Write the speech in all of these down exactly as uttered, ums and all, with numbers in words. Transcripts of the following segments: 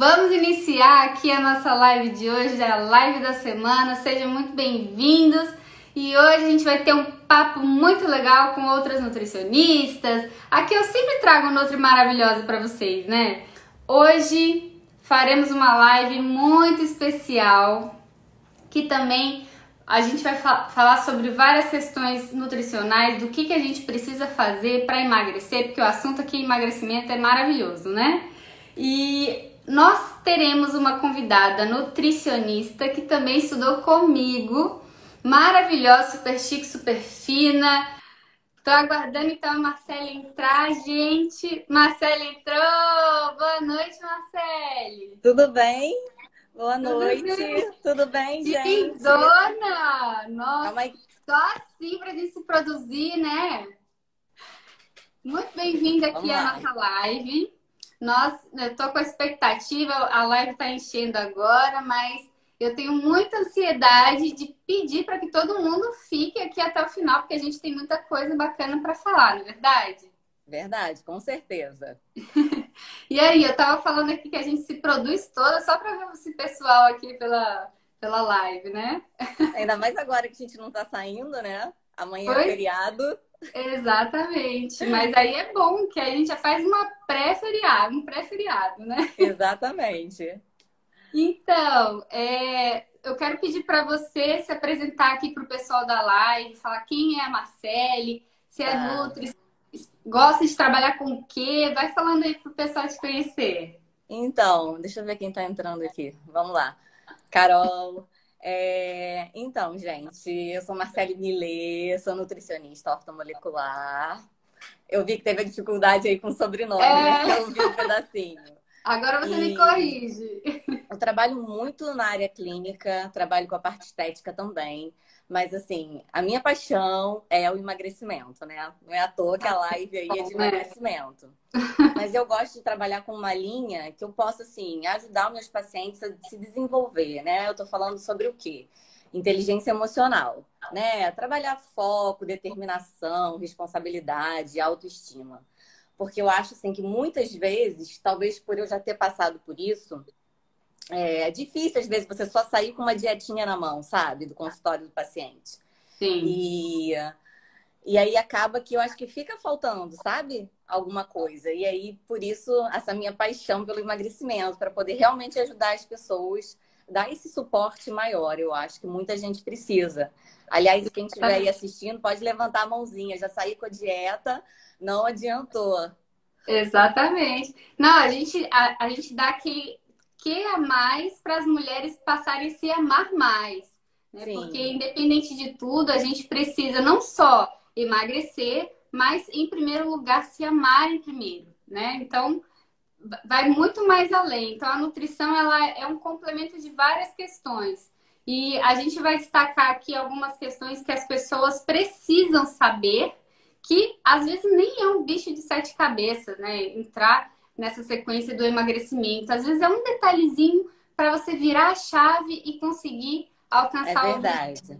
Vamos iniciar aqui a nossa live de hoje, a live da semana. Sejam muito bem-vindos. E hoje a gente vai ter um papo muito legal com outras nutricionistas. Aqui eu sempre trago um Nutri maravilhosa para vocês, né? Hoje faremos uma live muito especial, que também a gente vai fa- falar sobre várias questões nutricionais, do que, que a gente precisa fazer para emagrecer, porque o assunto aqui, emagrecimento, é maravilhoso, né? E nós teremos uma convidada nutricionista que também estudou comigo, maravilhosa, super chique, super fina. Tô aguardando então a Marcele entrar, gente. Marcele entrou! Boa noite, Marcele! Tudo bem? Boa Tudo noite. bem? Tudo bem, gente? Lindona! Nossa, Calma aí. só assim pra gente se produzir, né? Muito bem-vinda aqui Vamos à lá. nossa live. Nós, eu tô com a expectativa, a live tá enchendo agora, mas eu tenho muita ansiedade de pedir para que todo mundo fique aqui até o final, porque a gente tem muita coisa bacana para falar, não é verdade? Verdade, com certeza. E aí, eu tava falando aqui que a gente se produz toda só para ver esse pessoal aqui pela, pela live, né? Ainda mais agora que a gente não tá saindo, né? Amanhã é Pois, feriado. exatamente. Mas aí é bom que a gente já faz uma pré-feriado, um pré-feriado, né? Exatamente. Então, é, eu quero pedir para você se apresentar aqui para o pessoal da live, falar quem é a Marcele, se é Tá. Nutri, gosta de trabalhar com o quê? Vai falando aí para o pessoal te conhecer. Então, deixa eu ver quem tá entrando aqui. Vamos lá. Carol. É, Então, gente, eu sou Marcele Millet, sou nutricionista ortomolecular. Eu vi que teve a dificuldade aí com o sobrenome, né? É, Eu vi um pedacinho. agora você me E corrige. Eu trabalho muito na área clínica, trabalho com a parte estética também, mas assim, a minha paixão é o emagrecimento, né? Não é à toa que a live aí é Bom, de né? emagrecimento. Mas eu gosto de trabalhar com uma linha que eu possa, assim, ajudar os meus pacientes a se desenvolver, né? Eu tô falando sobre o quê? Inteligência emocional, né? Trabalhar foco, determinação, responsabilidade, autoestima. Porque eu acho, assim, que muitas vezes, talvez por eu já ter passado por isso, é difícil, às vezes, você só sair com uma dietinha na mão, sabe? Do consultório do paciente. Sim. E, e aí acaba que eu acho que fica faltando, sabe? Alguma coisa. E aí, por isso, essa minha paixão pelo emagrecimento, para poder realmente ajudar as pessoas, dar esse suporte maior, eu acho que muita gente precisa. Aliás, quem estiver aí assistindo, pode levantar a mãozinha. Já saí com a dieta, não adiantou. Exatamente. Não, a gente, a, a gente dá aquele que a mais para as mulheres passarem a se amar mais, né? Porque Sim, independente de tudo, a gente precisa não só emagrecer, mas em primeiro lugar se amarem primeiro, né? Então vai muito mais além. Então a nutrição ela é um complemento de várias questões. E a gente vai destacar aqui algumas questões que as pessoas precisam saber, que às vezes nem é um bicho de sete cabeças, né? Entrar nessa sequência do emagrecimento. Às vezes é um detalhezinho para você virar a chave e conseguir é alcançar o objetivo. verdade.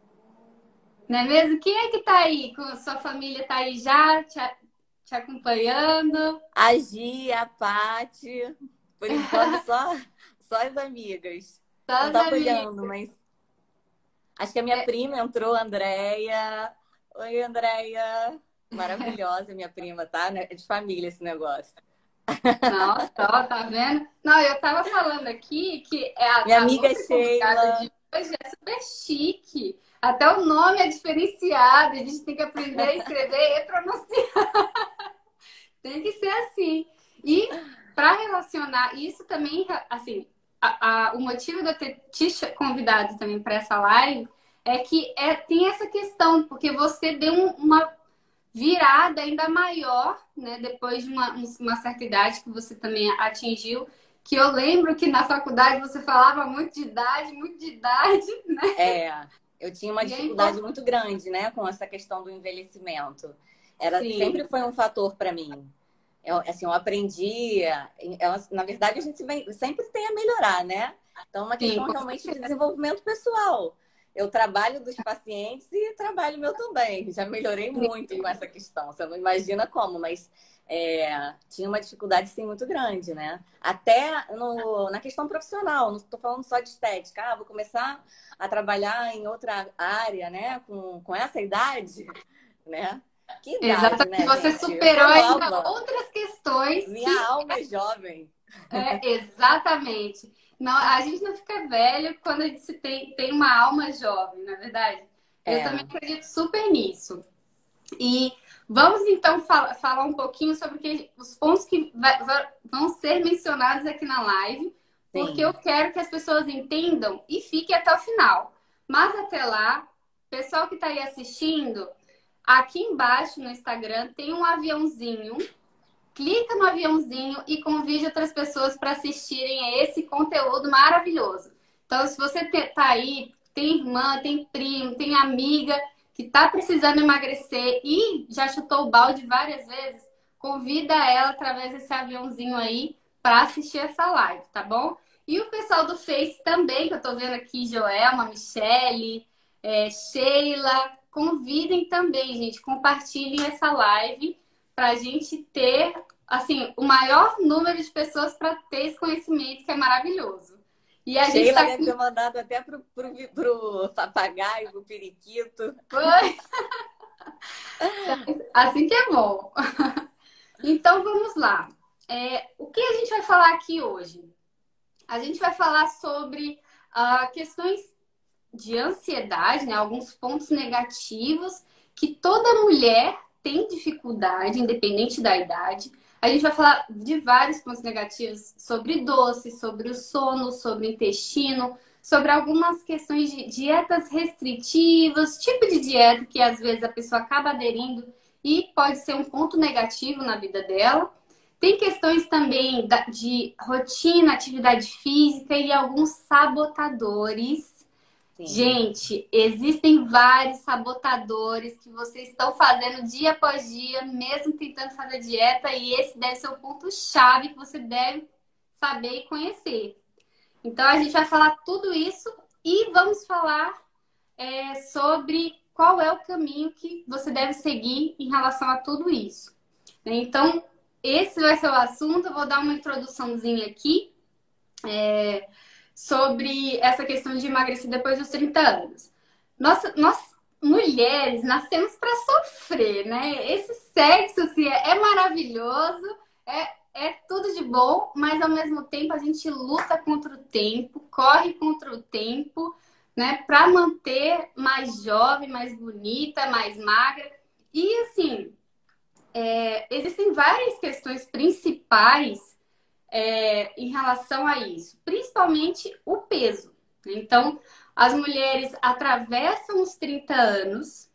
Não é mesmo? Quem é que tá aí? Com sua família tá aí já te, te acompanhando? A Gi, a Paty, por enquanto só, só as amigas. Só Não as tá amigas. apoiando, mas acho que a minha prima entrou, a Andréia. Oi, Andréia. Maravilhosa, minha prima, tá? É de família esse negócio. Nossa, ó, tá vendo? Não, eu tava falando aqui que é Minha a, a amiga Nutri convidada Sheila. de hoje é super chique. Até o nome é diferenciado. A gente tem que aprender a escrever e pronunciar. Tem que ser assim. E para relacionar isso também, assim, a, a, o motivo de eu ter te convidado também para essa live é que é, tem essa questão, porque você deu um, uma virada ainda maior, né? Depois de uma, uma certa idade que você também atingiu, que eu lembro que na faculdade você falava muito de idade, muito de idade, né? É, eu tinha uma E é dificuldade importante. muito grande, né, com essa questão do envelhecimento. Era, Sim, sempre foi um fator para mim. Eu, assim, eu aprendi, eu, na verdade, a gente vem- sempre tem a melhorar, né? Então, é uma sim, questão com realmente de certeza. desenvolvimento pessoal. eu trabalho dos pacientes e trabalho meu também. Já melhorei muito com essa questão. Você não imagina como, mas é, tinha uma dificuldade, sim, muito grande, né? Até no, na questão profissional. Não estou falando só de estética. Ah, vou começar a trabalhar em outra área, né? Com, com essa idade, né? Que idade, Exatamente. né, Você gente? superou Eu sou ainda nova. outras questões Minha que... alma é jovem. É, exatamente. Não, a gente não fica velho quando a gente se tem, tem uma alma jovem, na verdade. Eu também É, acredito super nisso. E vamos então fal falar um pouquinho sobre que, os pontos que vai, vão ser mencionados aqui na live, porque eu sim. quero que as pessoas entendam e fiquem até o final. Mas até lá, pessoal que está aí assistindo, aqui embaixo no Instagram tem um aviãozinho. Clica no aviãozinho e convide outras pessoas para assistirem a esse conteúdo maravilhoso. Então, se você tá aí, tem irmã, tem primo, tem amiga que tá precisando emagrecer e já chutou o balde várias vezes, convida ela através desse aviãozinho aí para assistir essa live, tá bom? E o pessoal do Face também, que eu tô vendo aqui, Joelma, Michele, é, Sheila, convidem também, gente, compartilhem essa live para a gente ter, assim, o maior número de pessoas para ter esse conhecimento que é maravilhoso. E a gente Sheila está deve aqui... ter mandado até pro, pro, pro papagaio, pro periquito. Assim que é bom. Então, vamos lá. É, o que a gente vai falar aqui hoje? A gente vai falar sobre ah, questões de ansiedade, né? Alguns pontos negativos que toda mulher tem dificuldade, independente da idade. A gente vai falar de vários pontos negativos sobre doce, sobre o sono, sobre o intestino, sobre algumas questões de dietas restritivas, tipo de dieta que às vezes a pessoa acaba aderindo e pode ser um ponto negativo na vida dela. Tem questões também de rotina, atividade física e alguns sabotadores. Sim. Gente, existem vários sabotadores que vocês estão fazendo dia após dia, mesmo tentando fazer dieta, e esse deve ser o ponto-chave que você deve saber e conhecer. Então, a gente vai falar tudo isso e vamos falar é, sobre qual é o caminho que você deve seguir em relação a tudo isso. Então, esse vai ser o assunto. Eu vou dar uma introduçãozinha aqui. É, sobre essa questão de emagrecer depois dos trinta anos. Nossa, nós, mulheres, nascemos para sofrer, né? Esse sexo assim, é, é maravilhoso, é, é tudo de bom, mas ao mesmo tempo a gente luta contra o tempo, corre contra o tempo, né? Para manter mais jovem, mais bonita, mais magra. E assim, é, existem várias questões principais É, em relação a isso, principalmente o peso. Então, as mulheres atravessam os trinta anos,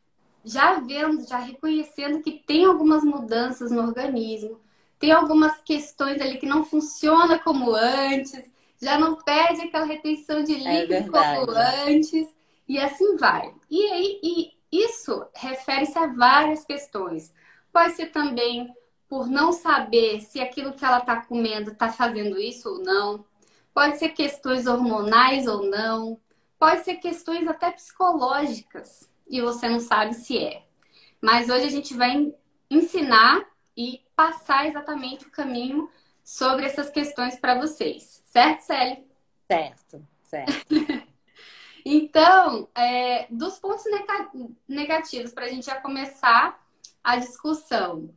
já vendo, já reconhecendo que tem algumas mudanças no organismo, tem algumas questões ali que não funcionam como antes, já não perde aquela retenção de líquido É como verdade. antes, e assim vai. E aí, e isso refere-se a várias questões. Pode ser também por não saber se aquilo que ela está comendo está fazendo isso ou não. Pode ser questões hormonais ou não. Pode ser questões até psicológicas e você não sabe se é. Mas hoje a gente vai ensinar e passar exatamente o caminho sobre essas questões para vocês. Certo, Célia? Certo, certo. Então, é, dos pontos negativos, para a gente já começar a discussão.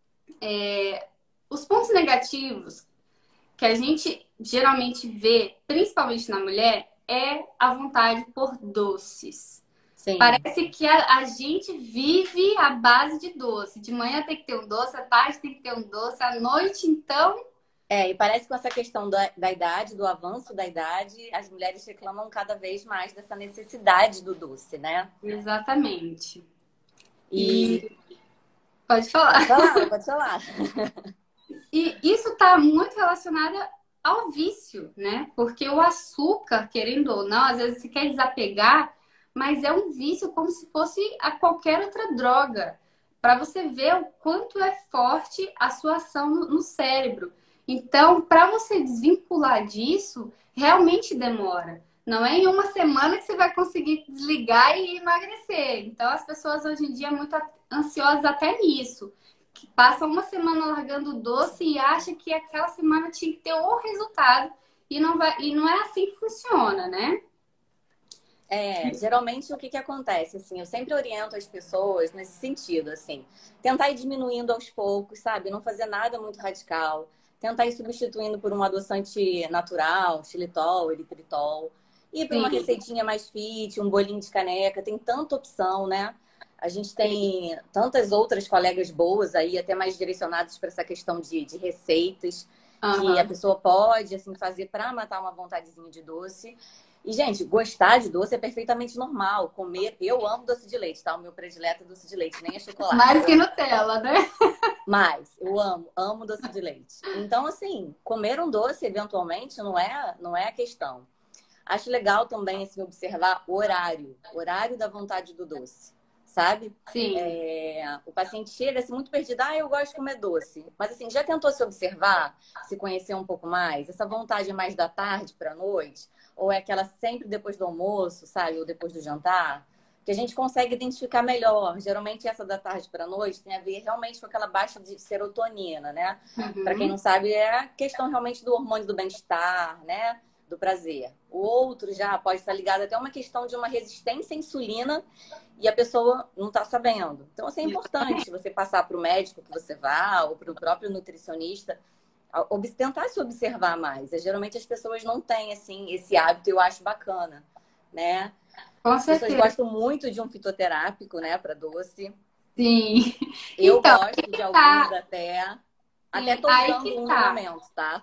É, os pontos negativos que a gente geralmente vê, principalmente na mulher, é a vontade por doces. Sim. Parece que a, a gente vive à base de doce. De manhã tem que ter um doce, à tarde tem que ter um doce, à noite, então... É, e parece que com essa questão da, da idade, do avanço da idade, as mulheres reclamam cada vez mais dessa necessidade do doce, né? Exatamente. E... e... Pode falar. Pode falar, pode falar. E isso está muito relacionado ao vício, né? Porque o açúcar, querendo ou não, às vezes você quer desapegar, mas é um vício como se fosse a qualquer outra droga. Para você ver o quanto é forte a sua ação no, no cérebro. Então, para você desvincular disso, realmente demora. Não é em uma semana que você vai conseguir desligar e emagrecer. Então, as pessoas hoje em dia são muito ansiosas até nisso. Que passam uma semana largando o doce e acham que aquela semana tinha que ter o resultado. E não, vai, e não é assim que funciona, né? É, geralmente o que que acontece, assim, eu sempre oriento as pessoas nesse sentido, assim, tentar ir diminuindo aos poucos, sabe? Não fazer nada muito radical, tentar ir substituindo por um adoçante natural, xilitol, eritritol, ir para uma Sim, receitinha mais fit, um bolinho de caneca, tem tanta opção, né? A gente tem tantas outras colegas boas aí, até mais direcionadas para essa questão de, de receitas, que a aham. pessoa pode, assim, fazer para matar uma vontadezinha de doce. E, gente, gostar de doce é perfeitamente normal. Comer, eu amo doce de leite, tá? O meu predileto é doce de leite, nem é chocolate. Mais que Amo. Nutella, né? Mas eu amo, amo doce de leite. Então, assim, comer um doce eventualmente não é, não é a questão. Acho legal também, assim, observar o horário, horário da vontade do doce, sabe? Sim. É, o paciente chega assim, muito perdido, ah, eu gosto de comer doce. Mas assim, já tentou se observar, se conhecer um pouco mais? Essa vontade é mais da tarde para a noite? Ou é aquela sempre depois do almoço, sabe? Ou depois do jantar? Que a gente consegue identificar melhor. Geralmente essa da tarde para a noite tem a ver realmente com aquela baixa de serotonina, né? Para quem não Uhum. sabe, é a questão realmente do hormônio do bem-estar, né? Do prazer. O outro já pode estar ligado até a uma questão de uma resistência à insulina e a pessoa não está sabendo. Então, assim, é importante você passar para o médico que você vá ou para o próprio nutricionista, tentar se observar mais. Geralmente as pessoas não têm, assim, esse hábito, eu acho bacana, né? Com As pessoas certeza. gostam muito de um fitoterápico, né, para doce. Sim. Eu Então, gosto de alguns tá. até. Até Sim, tô aí usando que um no tá. momento, tá?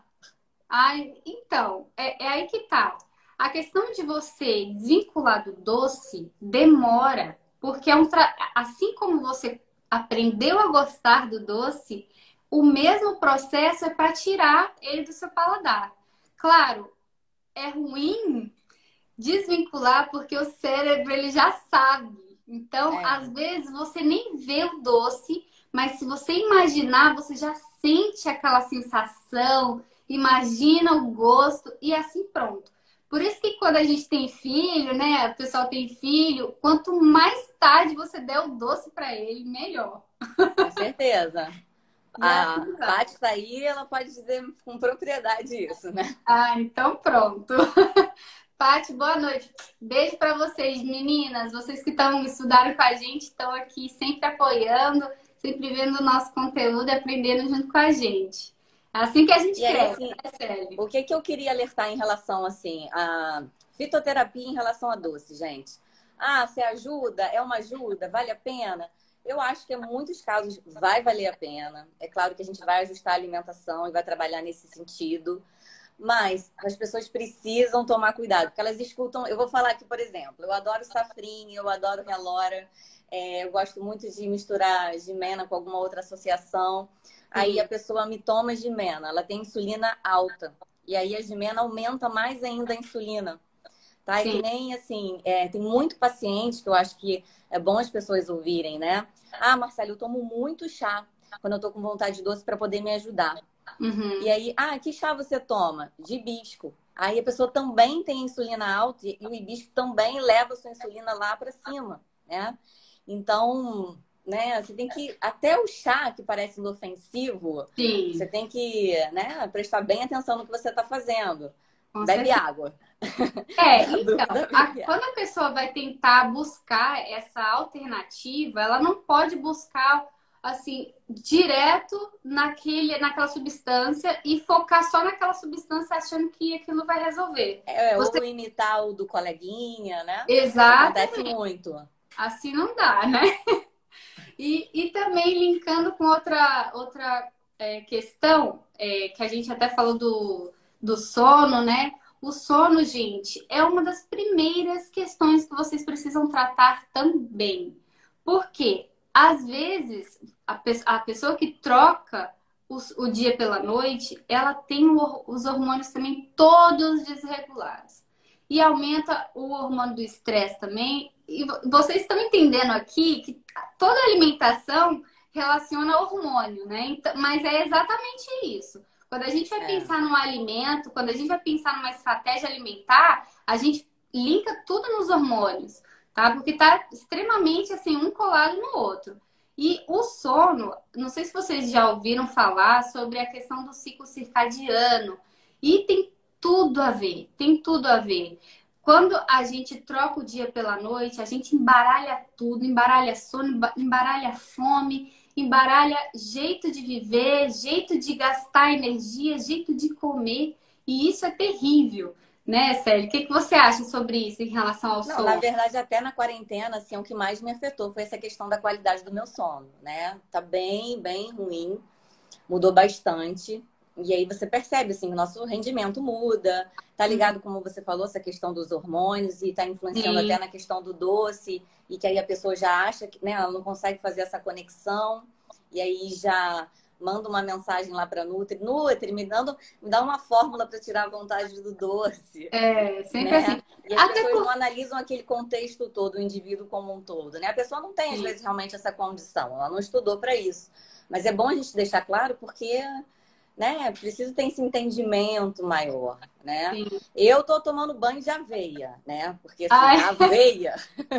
Ai, então, é, é aí que tá. A questão de você desvincular do doce demora, porque é um tra... assim como você aprendeu a gostar do doce, o mesmo processo é para tirar ele do seu paladar. Claro, é ruim desvincular porque o cérebro ele já sabe. Então, às É. vezes você nem vê o doce, mas se você imaginar, você já sente aquela sensação, imagina o gosto e assim pronto. Por isso que quando a gente tem filho, né, o pessoal tem filho, quanto mais tarde você der o doce para ele, melhor. Com certeza. E A assim vai. Paty tá aí, ela pode dizer com propriedade isso, né? Ah, então pronto. Paty, boa noite. Beijo para vocês, meninas. Vocês que estão estudaram com a gente, estão aqui sempre apoiando, sempre vendo o nosso conteúdo e aprendendo junto com a gente. É assim que a gente E aí, cresce, assim, né, Célia? o que que eu queria alertar em relação, assim, a fitoterapia em relação a doce, gente? Ah, você ajuda? É uma ajuda? Vale a pena? Eu acho que em muitos casos vai valer a pena. É claro que a gente vai ajustar a alimentação e vai trabalhar nesse sentido. Mas as pessoas precisam tomar cuidado, porque elas escutam. Eu vou falar aqui, por exemplo, eu adoro safrinha, eu adoro relora, é, eu gosto muito de misturar gimena com alguma outra associação. Aí a Sim, pessoa me toma gimena, ela tem insulina alta. E aí a gimena aumenta mais ainda a insulina. Tá? E que sim. nem assim, é, tem muito paciente que eu acho que é bom as pessoas ouvirem, né? Ah, Marcelo, eu tomo muito chá quando eu tô com vontade de doce para poder me ajudar. E Uhum. aí, ah, que chá você toma? De hibisco. Aí a pessoa também tem insulina alta e o hibisco também leva a sua insulina lá para cima, né? Então, né, você tem que, até o chá que parece inofensivo, você Sim, tem que, né, prestar bem atenção no que você está fazendo. com Bebe certeza. água. É, Na então, dúvida, a- bebe quando água. a pessoa vai tentar buscar essa alternativa, ela não pode buscar assim direto naquele, naquela substância e focar só naquela substância achando que aquilo vai resolver. É, Você ou imitar o do coleguinha, né? Isso exato, acontece muito. assim não dá, né? E, e também linkando com outra outra é, questão é, que a gente até falou do, do sono, né? O sono, gente, é uma das primeiras questões que vocês precisam tratar também. Porque, às vezes, a, pe a pessoa que troca os, o dia pela noite, ela tem o, os hormônios também todos desregulados. E aumenta o hormônio do estresse também. E vocês estão entendendo aqui que toda alimentação relaciona hormônio, né? Então, mas é exatamente isso. Quando a gente vai É, pensar num alimento, quando a gente vai pensar numa estratégia alimentar, a gente linka tudo nos hormônios, tá? Porque tá extremamente assim, um colado no outro. E o sono, não sei se vocês já ouviram falar sobre a questão do ciclo circadiano. E tem tudo a ver, tem tudo a ver. Quando a gente troca o dia pela noite, a gente embaralha tudo, embaralha sono, embaralha fome, embaralha jeito de viver, jeito de gastar energia, jeito de comer. E isso é terrível, né, Célia? O que que você acha sobre isso em relação ao Não, na sono? verdade, até na quarentena, assim, o que mais me afetou foi essa questão da qualidade do meu sono, né? Tá bem, bem ruim, mudou bastante. E aí você percebe, assim, o nosso rendimento muda, tá ligado, como você falou, essa questão dos hormônios e tá influenciando até Sim, na questão do doce, e que aí a pessoa já acha que, né, ela não consegue fazer essa conexão, e aí já manda uma mensagem lá para Nutri, Nutri, me dando, me dá uma fórmula para tirar a vontade do doce, é sempre assim. né? E as Até pessoas não por... analisam aquele contexto todo, o indivíduo como um todo, né? A pessoa não tem, às vezes, realmente essa condição, ela não estudou para isso. Mas é bom a gente deixar claro porque, né, precisa ter esse entendimento maior, né? Sim. Eu tô tomando banho de aveia, né? Porque, assim, Ai, a aveia,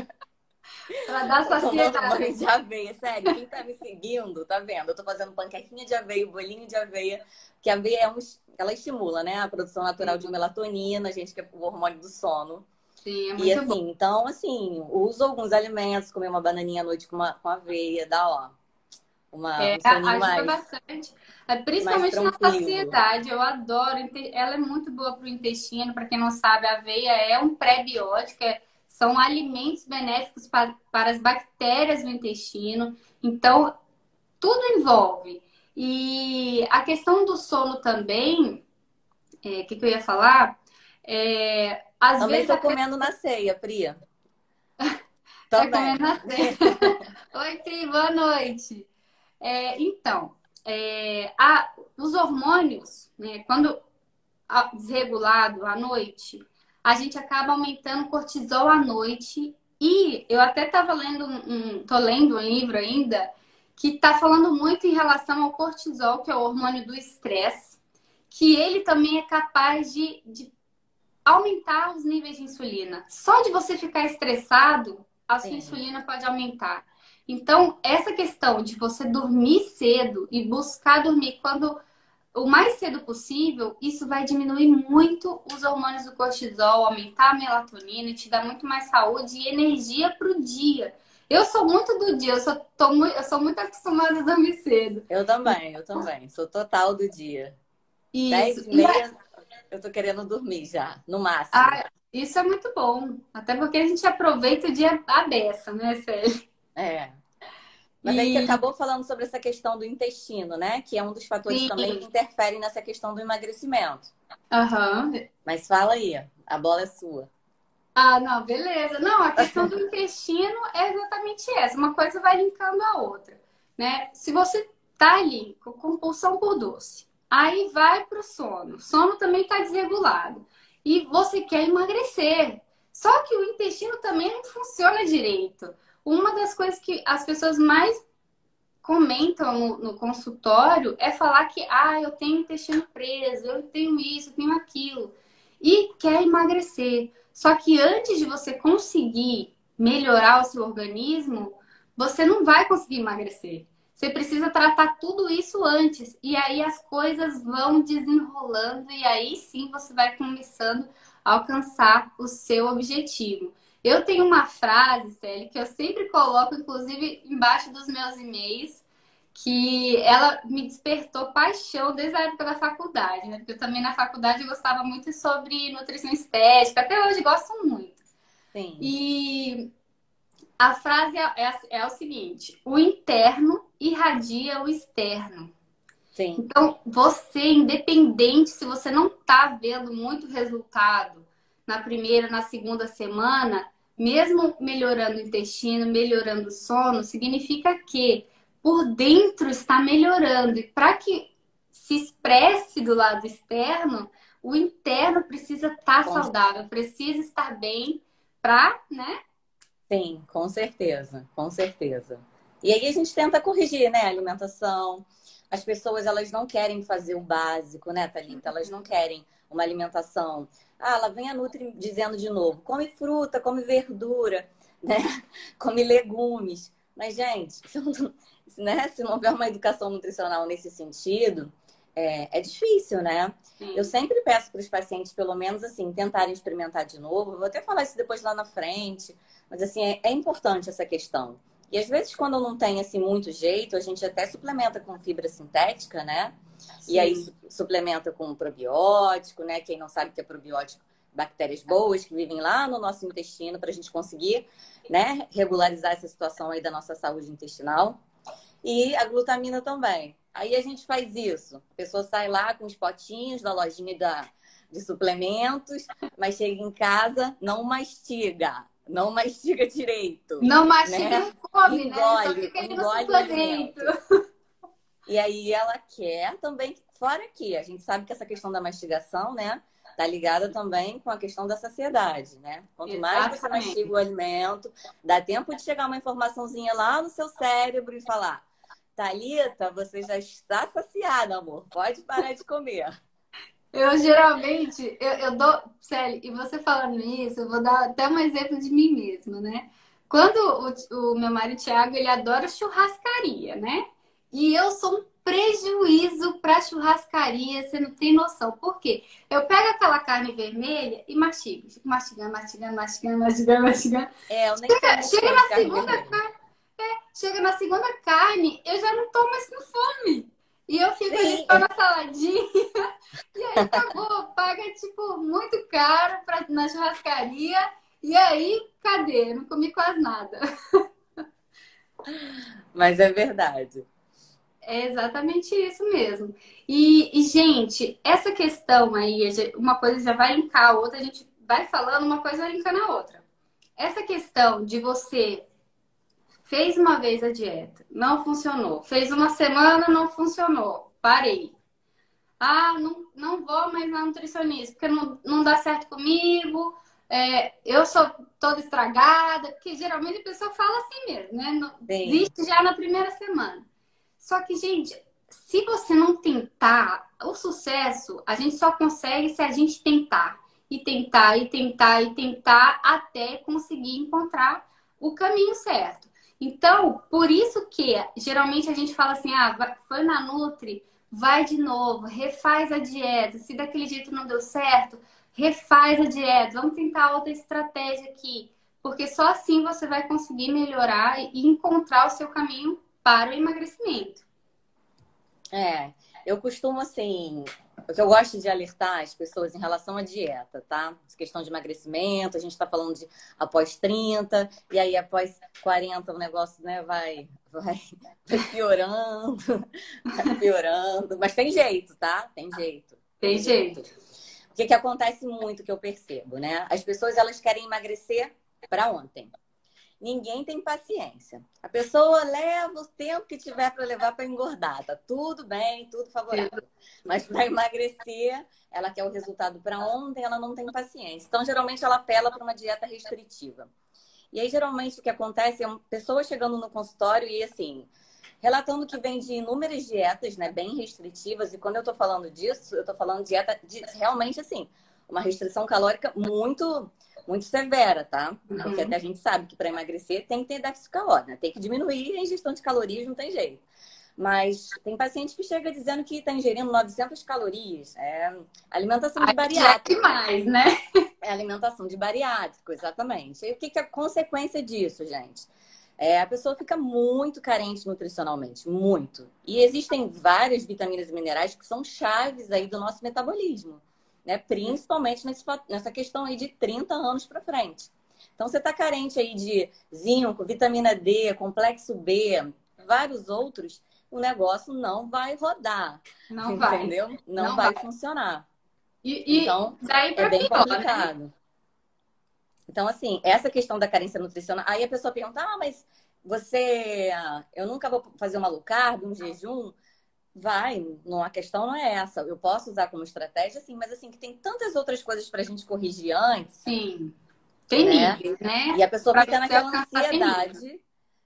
para dar tô tomando saciedade. banho de aveia, sério. Quem tá me seguindo, tá vendo? Eu tô fazendo panquequinha de aveia, bolinho de aveia, que a aveia é um, ela estimula, né, a produção natural de Sim, melatonina, a gente que é o hormônio do sono. sim, é E muito bom. assim, então, assim, uso alguns alimentos, comer uma bananinha à noite com, uma, com aveia, dá, ó, uma, É, um soninho ajuda mais, bastante, é, mais principalmente na tranquilo. saciedade. Eu adoro, inte- ela é muito boa para o intestino. Para quem não sabe, a aveia é um pré-biótico, é- são alimentos benéficos pa- para as bactérias do intestino. Então, tudo envolve. E a questão do sono também, é, o que, que eu ia falar? É, às Também vezes tô até comendo na ceia, Pri. tá comendo Também. na ceia. Oi, Pri, boa noite. É, então, é, a- os hormônios, né, quando a- desregulado à noite, a gente acaba aumentando o cortisol à noite. E eu até estava lendo um, um- tô lendo um livro ainda que está falando muito em relação ao cortisol, que é o hormônio do estresse, que ele também é capaz de, de aumentar os níveis de insulina. Só de você ficar estressado, a sua Sim, insulina pode aumentar. Então, essa questão de você dormir cedo e buscar dormir quando o mais cedo possível, isso vai diminuir muito os hormônios do cortisol, aumentar a melatonina e te dar muito mais saúde e energia para o dia. Eu sou muito do dia, eu sou, tô muito, eu sou muito acostumada a dormir cedo. eu também, eu também. Sou total do dia. Isso. Dez e E meia, eu tô querendo dormir já, no máximo. ah, isso é muito bom. Até porque a gente aproveita o dia à beça, né, Célia? É. Mas aí você E acabou falando sobre essa questão do intestino, né? Que é um dos fatores também que sim, interferem nessa questão do emagrecimento. aham. Mas fala aí, a bola é sua. Ah, não, beleza. Não, a questão do intestino é exatamente essa. Uma coisa vai linkando a outra, né? Se você tá ali com compulsão por doce, aí vai pro sono. O sono também tá desregulado. E você quer emagrecer. Só que o intestino também não funciona direito. Uma das coisas que as pessoas mais comentam no, no consultório é falar que, ah, eu tenho intestino preso, eu tenho isso, eu tenho aquilo. E quer emagrecer. Só que antes de você conseguir melhorar o seu organismo, você não vai conseguir emagrecer. Você precisa tratar tudo isso antes. E aí as coisas vão desenrolando e aí sim você vai começando a alcançar o seu objetivo. Eu tenho uma frase, Célia, que eu sempre coloco, inclusive, embaixo dos meus e-mails, que ela me despertou paixão desde a época da faculdade, né? Porque eu também na faculdade gostava muito sobre nutrição estética, até hoje gosto muito. Sim, E a frase é, é, é o seguinte: o interno irradia o externo. sim, Então, você, independente se você não está vendo muito resultado na primeira, na segunda semana, mesmo melhorando o intestino, melhorando o sono, significa que por dentro está melhorando. E para que se expresse do lado externo, o interno precisa estar com, saudável, precisa estar bem para, né? sim, com certeza, com certeza. E aí a gente tenta corrigir, né? A alimentação. as pessoas, elas não querem fazer o básico, né, Thalita? Elas não querem uma alimentação. Ah, lá vem a Nutri dizendo de novo, come fruta, come verdura, né? Come legumes. Mas, gente, se não, né? se não houver uma educação nutricional nesse sentido, é, é difícil, né? Sim. Eu sempre peço para os pacientes, pelo menos, assim, tentarem experimentar de novo. Eu vou até falar isso depois lá na frente. Mas, assim, é, é importante essa questão. E, às vezes, quando não tem, assim, muito jeito, a gente até suplementa com fibra sintética, né? Sim. E aí suplementa com probiótico, né? Quem não sabe o que é probiótico, bactérias boas que vivem lá no nosso intestino para a gente conseguir, né, regularizar essa situação aí da nossa saúde intestinal. E a glutamina também. Aí a gente faz isso. A pessoa sai lá com os potinhos da lojinha da, de suplementos, mas chega em casa, não mastiga. Não mastiga direito. Não mastiga, né? não come, engole, né? Só fica aí no engole o suplemento. alimento. E aí ela quer também, fora aqui, a gente sabe que essa questão da mastigação, né, tá ligada também com a questão da saciedade, né? Quanto mais você Exatamente. mastiga o alimento, dá tempo de chegar uma informaçãozinha lá no seu cérebro e falar: Thalita, você já está saciada, amor, pode parar de comer. Eu geralmente, eu, eu dou, Célia, e você falando isso, eu vou dar até um exemplo de mim mesma, né? Quando o, o meu marido Thiago, ele adora churrascaria, né? E eu sou um prejuízo para churrascaria, você não tem noção. Por quê? Eu pego aquela carne vermelha e mastigo. Fico mastigando, mastigando, mastigando, mastigando, mastigando. É, eu nem Chega, sei chega muito na carne segunda vermelha. carne, é, chega na segunda carne, eu já não tô mais com fome. E eu fico ali Sim. só na saladinha. E aí acabou, paga tipo muito caro pra, na churrascaria. E aí, cadê? Não comi quase nada. Mas é verdade. É exatamente isso mesmo. E, e, gente, essa questão aí, uma coisa já vai linkar a outra, a gente vai falando, uma coisa vai linkando a outra. Essa questão de você fez uma vez a dieta, não funcionou. Fez uma semana, não funcionou. Parei. Ah, não, não vou mais na nutricionista, porque não, não dá certo comigo. É, eu sou toda estragada, porque geralmente a pessoa fala assim mesmo, né? Não, desiste já na primeira semana. Só que, gente, se você não tentar, o sucesso a gente só consegue se a gente tentar. E tentar, e tentar, e tentar até conseguir encontrar o caminho certo. Então, por isso que geralmente a gente fala assim, ah, foi na Nutri, vai de novo, refaz a dieta. Se daquele jeito não deu certo, refaz a dieta. Vamos tentar outra estratégia aqui. Porque só assim você vai conseguir melhorar e encontrar o seu caminho para o emagrecimento. É, eu costumo assim, o que eu gosto de alertar as pessoas em relação à dieta, tá? Essa questão de emagrecimento, a gente tá falando de após trinta, e aí após quarenta o negócio, né, vai, vai, vai piorando, vai piorando, mas tem jeito, tá? Tem jeito. Tem jeito. O que que acontece muito que eu percebo, né? As pessoas, elas querem emagrecer para ontem. Ninguém tem paciência. A pessoa leva o tempo que tiver para levar para engordar. Tá tudo bem, tudo favorável. Mas para emagrecer, ela quer o resultado para ontem, ela não tem paciência. Então, geralmente, ela apela para uma dieta restritiva. E aí, geralmente, o que acontece é uma pessoa chegando no consultório e, assim, relatando que vem de inúmeras dietas, né, bem restritivas. E quando eu tô falando disso, eu tô falando de dieta de realmente, assim, uma restrição calórica muito... muito severa, tá? Porque Uhum. até a gente sabe que para emagrecer tem que ter déficit calórico, né? Tem que diminuir a ingestão de calorias, não tem jeito. Mas tem paciente que chega dizendo que está ingerindo novecentas calorias. É alimentação de bariátrico. Já é demais, né? É alimentação de bariátrico, exatamente. E o que, que é a consequência disso, gente? É, a pessoa fica muito carente nutricionalmente, muito. E existem várias vitaminas e minerais que são chaves aí do nosso metabolismo. Né? Principalmente nesse, nessa questão aí de trinta anos para frente. Então, você está carente aí de zinco, vitamina D, complexo B, vários outros, o negócio não vai rodar. Não entendeu? vai. Não, não vai, vai funcionar. E, e então, daí pra é bem pior, complicado. Né? Então, assim, essa questão da carência nutricional, aí a pessoa pergunta, ah, mas você, eu nunca vou fazer uma low carb, um jejum. Vai, não, a questão não é essa. Eu posso usar como estratégia, sim, mas assim, que tem tantas outras coisas pra gente corrigir antes. Sim. Tem né? níveis, né? E a pessoa pra fica naquela alcançar, ansiedade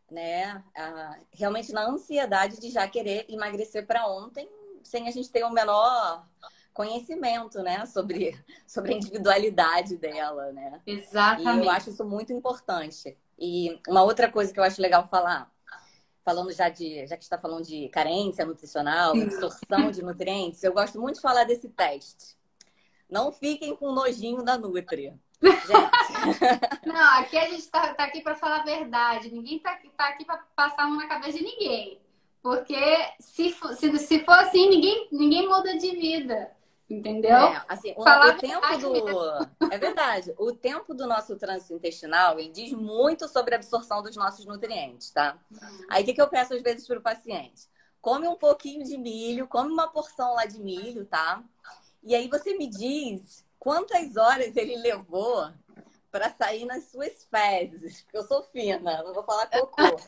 né? Ah, realmente na ansiedade de já querer emagrecer para ontem, sem a gente ter o menor conhecimento, né? Sobre, sobre a individualidade dela, né? E eu Exatamente. acho isso muito importante. E uma outra coisa que eu acho legal falar, falando já de, já que está falando de carência nutricional, absorção de nutrientes, eu gosto muito de falar desse teste. Não fiquem com nojinho da Nutri. Gente, Não, aqui a gente tá, tá aqui para falar a verdade. Ninguém tá, aqui- tá aqui para passar a mão na cabeça de ninguém. Porque se, for- se, se for assim, ninguém, ninguém muda de vida. Entendeu? é, assim, o, no- Falar o a tempo verdade mesmo. do. É verdade, o tempo do nosso trânsito intestinal, ele diz muito sobre a absorção dos nossos nutrientes, tá? Aí o que, que eu peço às vezes para o paciente? Come um pouquinho de milho, come uma porção lá de milho, tá? E aí você me diz quantas horas ele levou para sair nas suas fezes, porque eu sou fina, não vou falar cocô.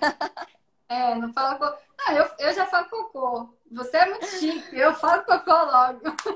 É, não fala cocô. Não, eu, eu já falo cocô. Você é muito chique. Eu falo cocô logo.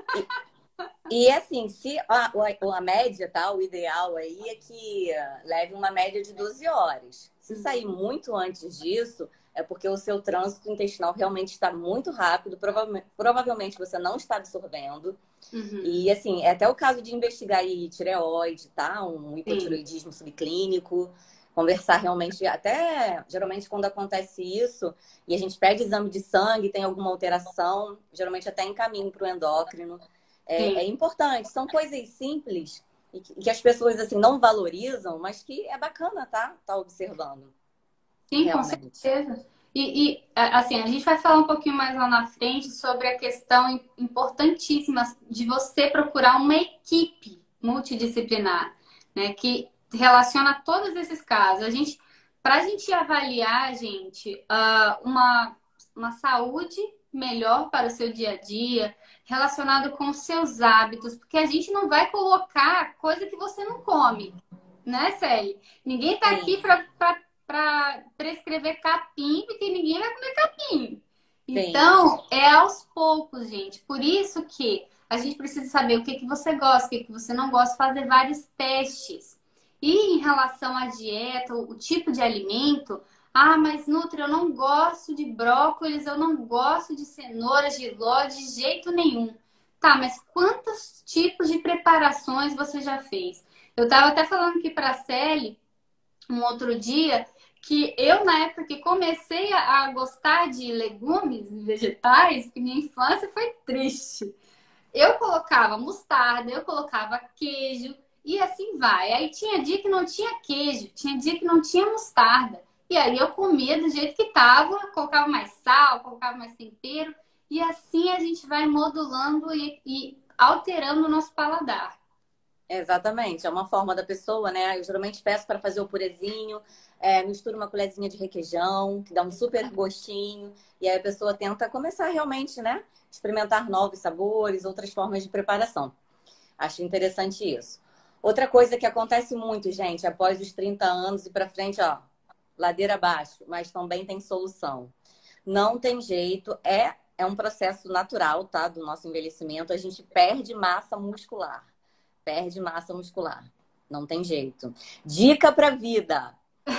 E assim, se a, a, a média, tá? O ideal aí é que ah, leve uma média de doze horas. Se sair muito antes disso, é porque o seu trânsito intestinal realmente está muito rápido, provavelmente, provavelmente você não está absorvendo. Uhum, E assim, é até o caso de investigar aí tireoide, tá? Um sim, hipotireoidismo subclínico, conversar realmente, até geralmente quando acontece isso, e a gente pede exame de sangue, tem alguma alteração, geralmente até encaminho para o endócrino. É, é sim. importante, são coisas simples e que, que as pessoas assim não valorizam, mas que é bacana, tá? Tá observando, Sim, com realmente. certeza. E, e, a- assim, a gente vai falar um pouquinho mais lá na frente sobre a questão im- importantíssima de você procurar uma equipe multidisciplinar, né, que relaciona todos esses casos. A gente, para a gente avaliar, gente, ah, uma, uma saúde melhor para o seu dia a dia, relacionado com os seus hábitos, porque a gente não vai colocar coisa que você não come, né, Célia? Ninguém está aqui Sim, para para prescrever capim, porque ninguém vai comer capim. sim, Então, é aos poucos, gente. Por isso que a gente precisa saber o que, que você gosta, o que, que você não gosta, fazer vários testes. E em relação à dieta, o tipo de alimento, ah, mas Nutri, eu não gosto de brócolis, eu não gosto de cenoura, giló, de jeito nenhum. Tá, mas quantos tipos de preparações você já fez? Eu estava até falando aqui para a Celi um outro dia que eu, na época que comecei a, a gostar de legumes e vegetais, que minha infância foi triste. Eu colocava mostarda, eu colocava queijo e assim vai. Aí tinha dia que não tinha queijo, tinha dia que não tinha mostarda. E aí eu comia do jeito que tava, colocava mais sal, colocava mais tempero. E assim a gente vai modulando e, e alterando o nosso paladar. exatamente. É uma forma da pessoa, né? Eu geralmente peço para fazer o purezinho, é, misturo uma colherzinha de requeijão, que dá um super gostinho, e aí a pessoa tenta começar realmente, né? Experimentar novos sabores, outras formas de preparação. Acho interessante isso. Outra coisa que acontece muito, gente, após os trinta anos e para frente, ó, ladeira abaixo, mas também tem solução. Não tem jeito, é, é um processo natural, tá? Do nosso envelhecimento. A gente perde massa muscular. Perde massa muscular. Não tem jeito. Dica para vida: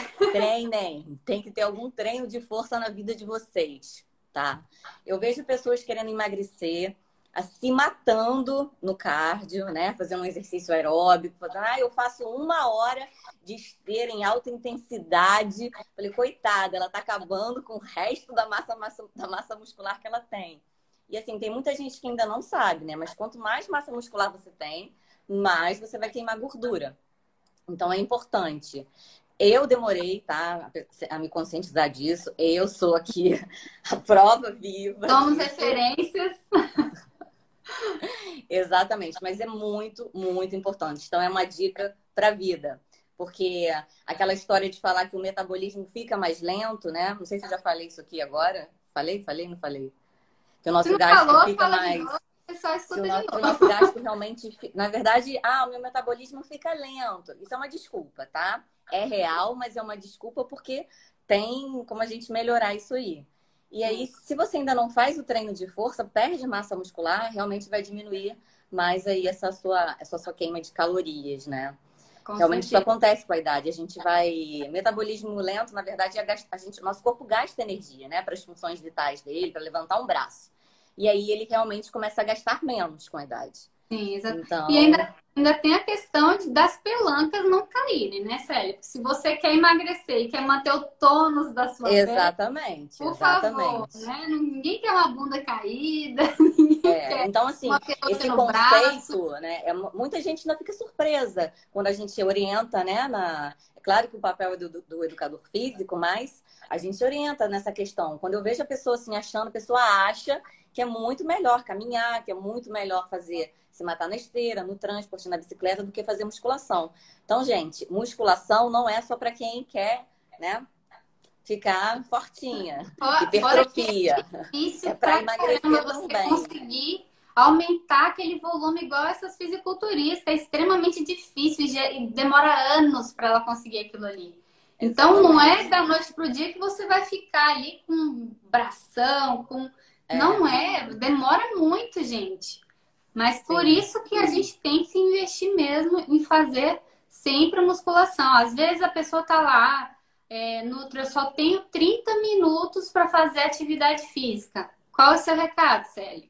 treinem. Tem que ter algum treino de força na vida de vocês, tá? Eu vejo pessoas querendo emagrecer, se matando no cardio, né? Fazendo um exercício aeróbico. Falando, ah, eu faço uma hora de esteira em alta intensidade. Falei, coitada, ela tá acabando com o resto da massa, massa, da massa muscular que ela tem. E assim, tem muita gente que ainda não sabe, né? Mas quanto mais massa muscular você tem, mais você vai queimar gordura. Então é importante. Eu demorei, tá, a me conscientizar disso. Eu sou aqui a prova viva Somos disso. referências. Exatamente, mas é muito, muito importante. Então é uma dica para a vida. Porque aquela história de falar que o metabolismo fica mais lento, né? Não sei se eu já falei isso aqui agora. Falei, falei, não falei. Que o Se nosso não gasto falou, fica fala de mais. novo, o pessoal Se o, escuta de no... que o novo. nosso gasto realmente. fi- Na verdade, ah, o meu metabolismo fica lento. Isso é uma desculpa, tá? É real, mas é uma desculpa porque tem como a gente melhorar isso aí. E aí, se você ainda não faz o treino de força, perde massa muscular, realmente vai diminuir mais aí essa sua, essa sua queima de calorias, né? Com Realmente isso certeza. acontece com a idade. A gente vai. Metabolismo lento, na verdade, é gast- a gente... nosso corpo gasta energia, né? Para as funções vitais dele, para levantar um braço. E aí ele realmente começa a gastar menos com a idade. Sim, exato. E ainda, Então, ainda tem a questão de- das pelancas não caírem, né, Célia? Se você quer emagrecer e quer manter o tônus da sua pele, exatamente, por favor, exatamente. né? Ninguém quer uma bunda caída, ninguém É, quer então, uma assim, pelúcia esse no braço. conceito, né, é, mu- muita gente ainda fica surpresa quando a gente orienta, né, na... É claro que o papel é do, do do educador físico, mas a gente orienta nessa questão. Quando eu vejo a pessoa assim achando, a pessoa acha que é muito melhor caminhar, que é muito melhor fazer, se matar na esteira, no transporte, na bicicleta, do que fazer musculação. Então, gente, musculação não é só para quem quer, né, ficar fortinha, Fora fora que hipertrofia. difícil É para pra caramba emagrecer você também. conseguir aumentar aquele volume igual essas fisiculturistas. É extremamente difícil e ge- e demora anos para ela conseguir aquilo ali. Então não é Exatamente. da noite pro dia que você vai ficar ali com bração, com. É, Não é, demora muito, gente. Mas por sim. isso que a gente tem que investir mesmo em fazer sempre musculação. Às vezes a pessoa tá lá, é, Nutri, eu só tenho trinta minutos para fazer atividade física. Qual é o seu recado, Célio?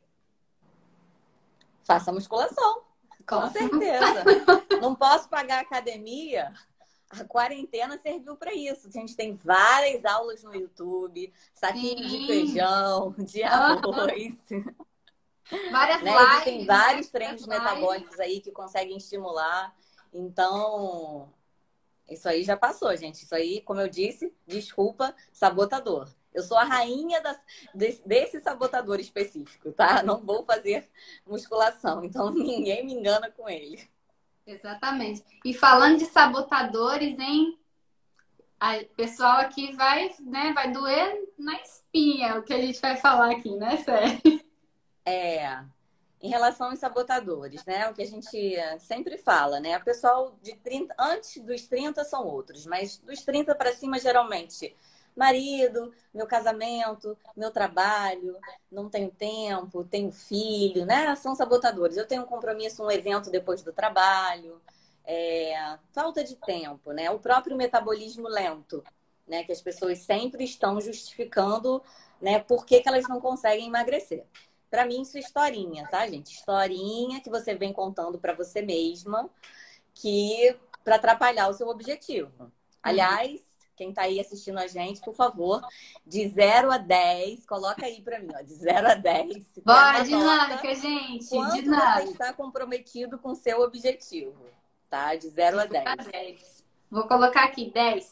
Faça musculação, com Faça. certeza. Não posso pagar academia. A quarentena serviu para isso. A gente tem várias aulas no YouTube, saquinho de Sim. feijão, de Ah, arroz, várias né? Existem lives, né? vários treinos Várias lives. metabólicos aí que conseguem estimular. Então, isso aí já passou, gente. Isso aí, como eu disse, desculpa, sabotador. Eu sou a rainha das- desse, desse sabotador específico, tá? Não vou fazer musculação, então ninguém me engana com ele. Exatamente. E falando de sabotadores, hein? O pessoal aqui vai, né, vai doer na espinha o que a gente vai falar aqui, né, Célio? É, em relação aos sabotadores, né? O que a gente sempre fala, né? O pessoal de trinta, antes dos trinta são outros, mas dos trinta para cima, geralmente, marido, meu casamento, meu trabalho, não tenho tempo, tenho filho, né? São sabotadores. Eu tenho um compromisso, um evento depois do trabalho, é, falta de tempo, né? O próprio metabolismo lento, né? Que as pessoas sempre estão justificando, né? Por que que elas não conseguem emagrecer. Para mim, isso é historinha, tá, gente? Historinha que você vem contando para você mesma, que para atrapalhar o seu objetivo. Uhum. Aliás, quem tá aí assistindo a gente, por favor, de zero a dez, coloca aí para mim, ó, de zero a dez, se quer Bora, uma nota, dinâmica, gente, quanto você dinâmica. está comprometido com o seu objetivo, tá? De zero De a zero a dez. dez. Vou colocar aqui dez.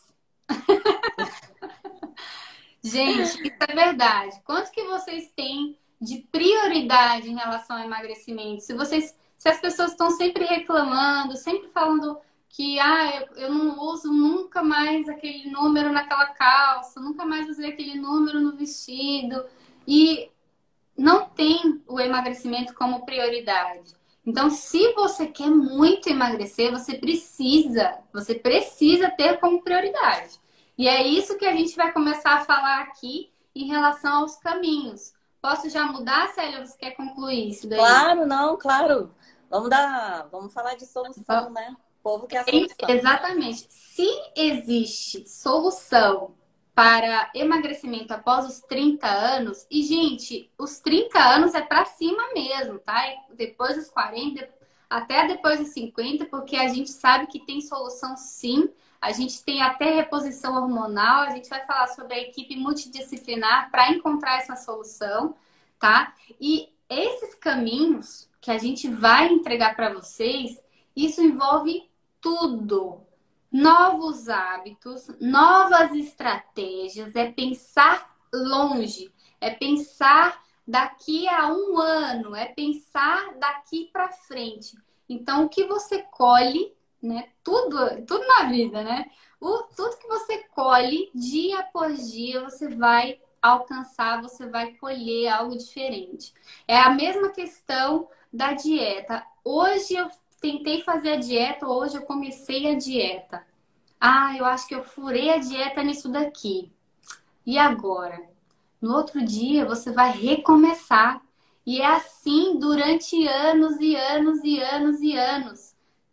Gente, isso é verdade. Quanto que vocês têm de prioridade em relação ao emagrecimento? Se vocês, se as pessoas estão sempre reclamando, sempre falando que ah, eu, eu não uso nunca mais aquele número naquela calça, nunca mais usei aquele número no vestido, e não tem o emagrecimento como prioridade. Então, se você quer muito emagrecer, você precisa, você precisa ter como prioridade. E é isso que a gente vai começar a falar aqui em relação aos caminhos. Posso já mudar, Célia, ou você quer concluir isso daí? Claro, não, claro. Vamos dar, vamos falar de solução, né? O povo quer a solução. Exatamente. Se existe solução para emagrecimento após os trinta anos, e gente, os trinta anos é para cima mesmo, tá? E depois dos quarenta, até depois dos cinquenta, porque a gente sabe que tem solução sim. A gente tem até reposição hormonal, a gente vai falar sobre a equipe multidisciplinar para encontrar essa solução, tá? E esses caminhos que a gente vai entregar para vocês, isso envolve tudo. Novos hábitos, novas estratégias, é pensar longe, é pensar daqui a um ano, é pensar daqui para frente. Então, o que você colhe, né? Tudo, tudo na vida, né? O, tudo que você colhe dia após dia, você vai alcançar, você vai colher algo diferente. É a mesma questão da dieta. Hoje eu tentei fazer a dieta, hoje eu comecei a dieta. Ah, eu acho que eu furei a dieta nisso daqui. E agora? No outro dia você vai recomeçar. E é assim durante anos e anos e anos e anos,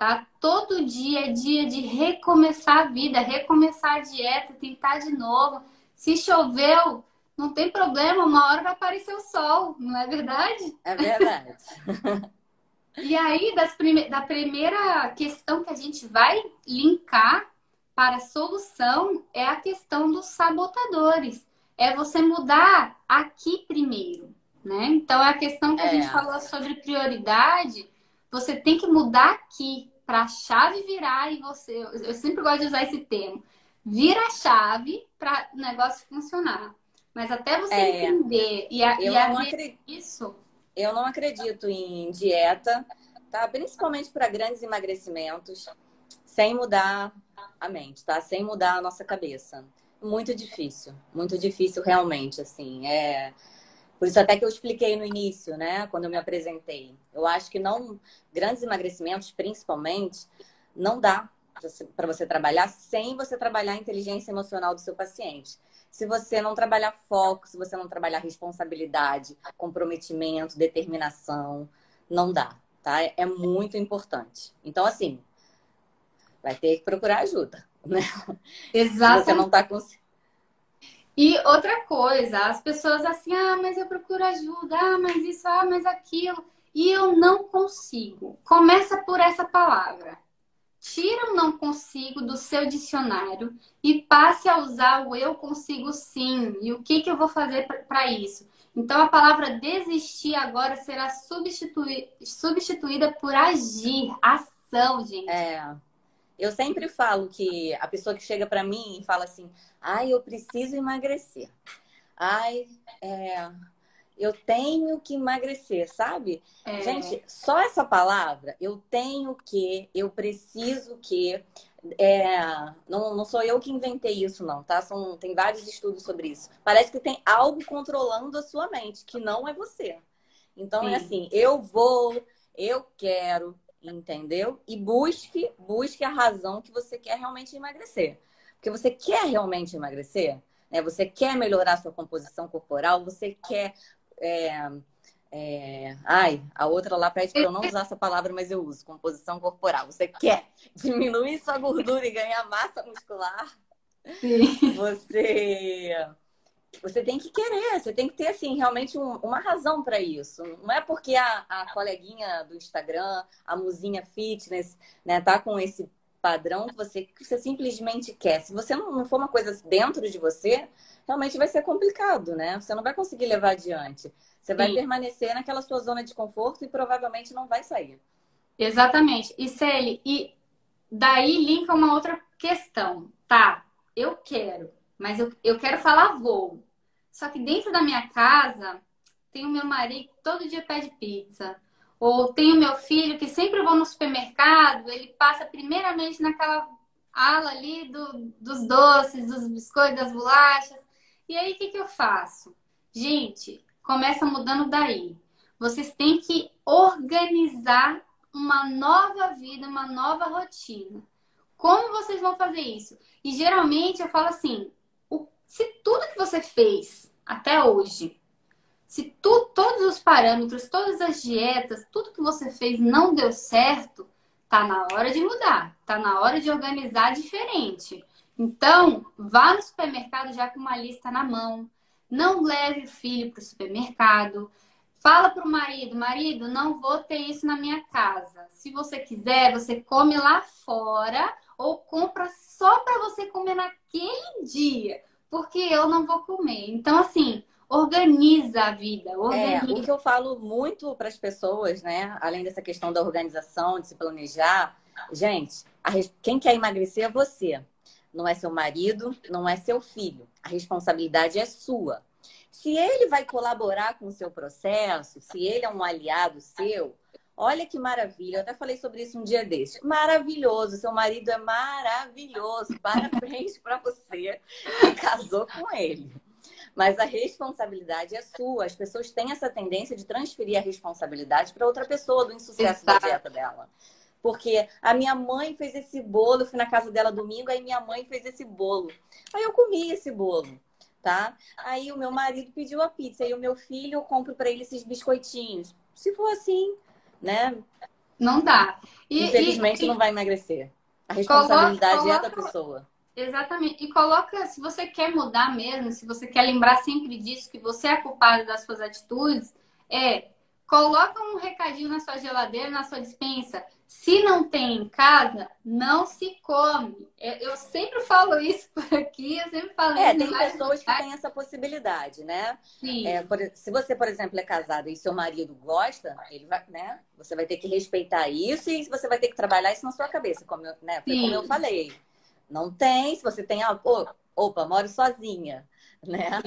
tá? Todo dia é dia de recomeçar a vida, recomeçar a dieta, tentar de novo. Se choveu, não tem problema, uma hora vai aparecer o sol, não é verdade? É verdade. E aí, das prime... da primeira questão que a gente vai linkar para a solução é a questão dos sabotadores. É você mudar aqui primeiro, né? Então, é a questão que a É, gente falou sobre prioridade. Você tem que mudar aqui para a chave virar e você... Eu sempre gosto de usar esse termo. Vira a chave para o negócio funcionar. Mas até você é. entender e, a... Eu e não aderir acredito. isso... Eu não acredito em dieta, tá? Principalmente para grandes emagrecimentos, sem mudar a mente, tá? Sem mudar a nossa cabeça. Muito difícil, muito difícil realmente, assim. É... Por isso até que eu expliquei no início, né? Quando eu me apresentei. Eu acho que não, grandes emagrecimentos, principalmente, não dá para você trabalhar sem você trabalhar a inteligência emocional do seu paciente. Se você não trabalhar foco, se você não trabalhar responsabilidade, comprometimento, determinação, não dá, tá? É muito importante. Então, assim, vai ter que procurar ajuda, né? Se você não Exatamente. tá com... E outra coisa, as pessoas assim, ah, mas eu procuro ajuda, ah, mas isso, ah, mas aquilo, e eu não consigo. Começa por essa palavra. Tira o não consigo do seu dicionário e passe a usar o eu consigo sim. E o que que eu vou fazer para isso? Então a palavra desistir agora será substitui, substituída por agir, ação, gente. É, eu sempre falo que a pessoa que chega para mim e fala assim, ai, eu preciso emagrecer. Ai, é, eu tenho que emagrecer, sabe? É, Gente, só essa palavra, eu tenho que, eu preciso que, é, não, não sou eu que inventei isso, não, tá? São, tem vários estudos sobre isso. Parece que tem algo controlando a sua mente, que não é você. Então é sim. assim, eu vou, eu quero, entendeu? E busque, busque a razão que você quer realmente emagrecer. Porque você quer realmente emagrecer, né? Você quer melhorar sua composição corporal, você quer é, é... Ai, a outra lá pede para eu não usar essa palavra, mas eu uso, composição corporal. Você quer diminuir sua gordura e ganhar massa muscular? Sim. Você você tem que querer, você tem que ter assim realmente um, uma razão para isso. Não é porque a, a coleguinha do Instagram, a musinha fitness, né, tá com esse padrão que você, que você simplesmente quer. Se você não, não for uma coisa dentro de você, realmente vai ser complicado, né? Você não vai conseguir levar adiante. Você vai Sim. permanecer naquela sua zona de conforto e provavelmente não vai sair. Exatamente. E Celi, e daí linka uma outra questão. Tá, eu quero, mas eu, eu quero falar vou. Só que dentro da minha casa tem o meu marido que todo dia pede pizza. Ou tem o meu filho que sempre vou no supermercado, ele passa primeiramente naquela ala ali do, dos doces, dos biscoitos, das bolachas. E aí o que, que eu faço? Gente, começa mudando daí. Vocês têm que organizar uma nova vida, uma nova rotina. Como vocês vão fazer isso? E geralmente eu falo assim: o- se tudo que você fez até hoje, se tu, todos os parâmetros, todas as dietas, tudo que você fez não deu certo, tá na hora de mudar, tá na hora de organizar diferente. Então, vá no supermercado já com uma lista na mão. Não leve o filho para o supermercado. Fala para o marido, marido, não vou ter isso na minha casa. Se você quiser, você come lá fora ou compra só para você comer naquele dia, porque eu não vou comer. Então, assim, organiza a vida, É, o organiza. que eu falo muito para as pessoas, né? Além dessa questão da organização, de se planejar, gente, a res- quem quer emagrecer é você. Não é seu marido, não é seu filho. A responsabilidade é sua. Se ele vai colaborar com o seu processo, se ele é um aliado seu, olha que maravilha. Eu até falei sobre isso um dia desse. Maravilhoso, seu marido é maravilhoso. Parabéns para você que casou com ele. Mas a responsabilidade é sua. As pessoas têm essa tendência de transferir a responsabilidade para outra pessoa do insucesso da Exato. dieta dela. Porque a minha mãe fez esse bolo, eu fui na casa dela domingo, aí minha mãe fez esse bolo. Aí eu comi esse bolo, tá? Aí o meu marido pediu a pizza, e o meu filho, eu compro para ele esses biscoitinhos. Se for assim, né? Não dá. E, Infelizmente, e, não e vai emagrecer. A coloca, responsabilidade é da coloca, pessoa. exatamente. E coloca, se você quer mudar mesmo, se você quer lembrar sempre disso, que você é culpado das suas atitudes, é coloca um recadinho na sua geladeira, na sua despensa. Se não tem em casa, não se come. Eu, eu sempre falo isso por aqui, eu sempre falo É, isso em tem live. pessoas que têm essa possibilidade, né? É, Sim, por- se você, por exemplo, é casada e seu marido gosta, ele vai, né? Você vai ter que respeitar isso e você vai ter que trabalhar isso na sua cabeça, como eu, né? Foi como eu sim. falei. Não tem, se você tem, ah, pô, opa, moro sozinha, né?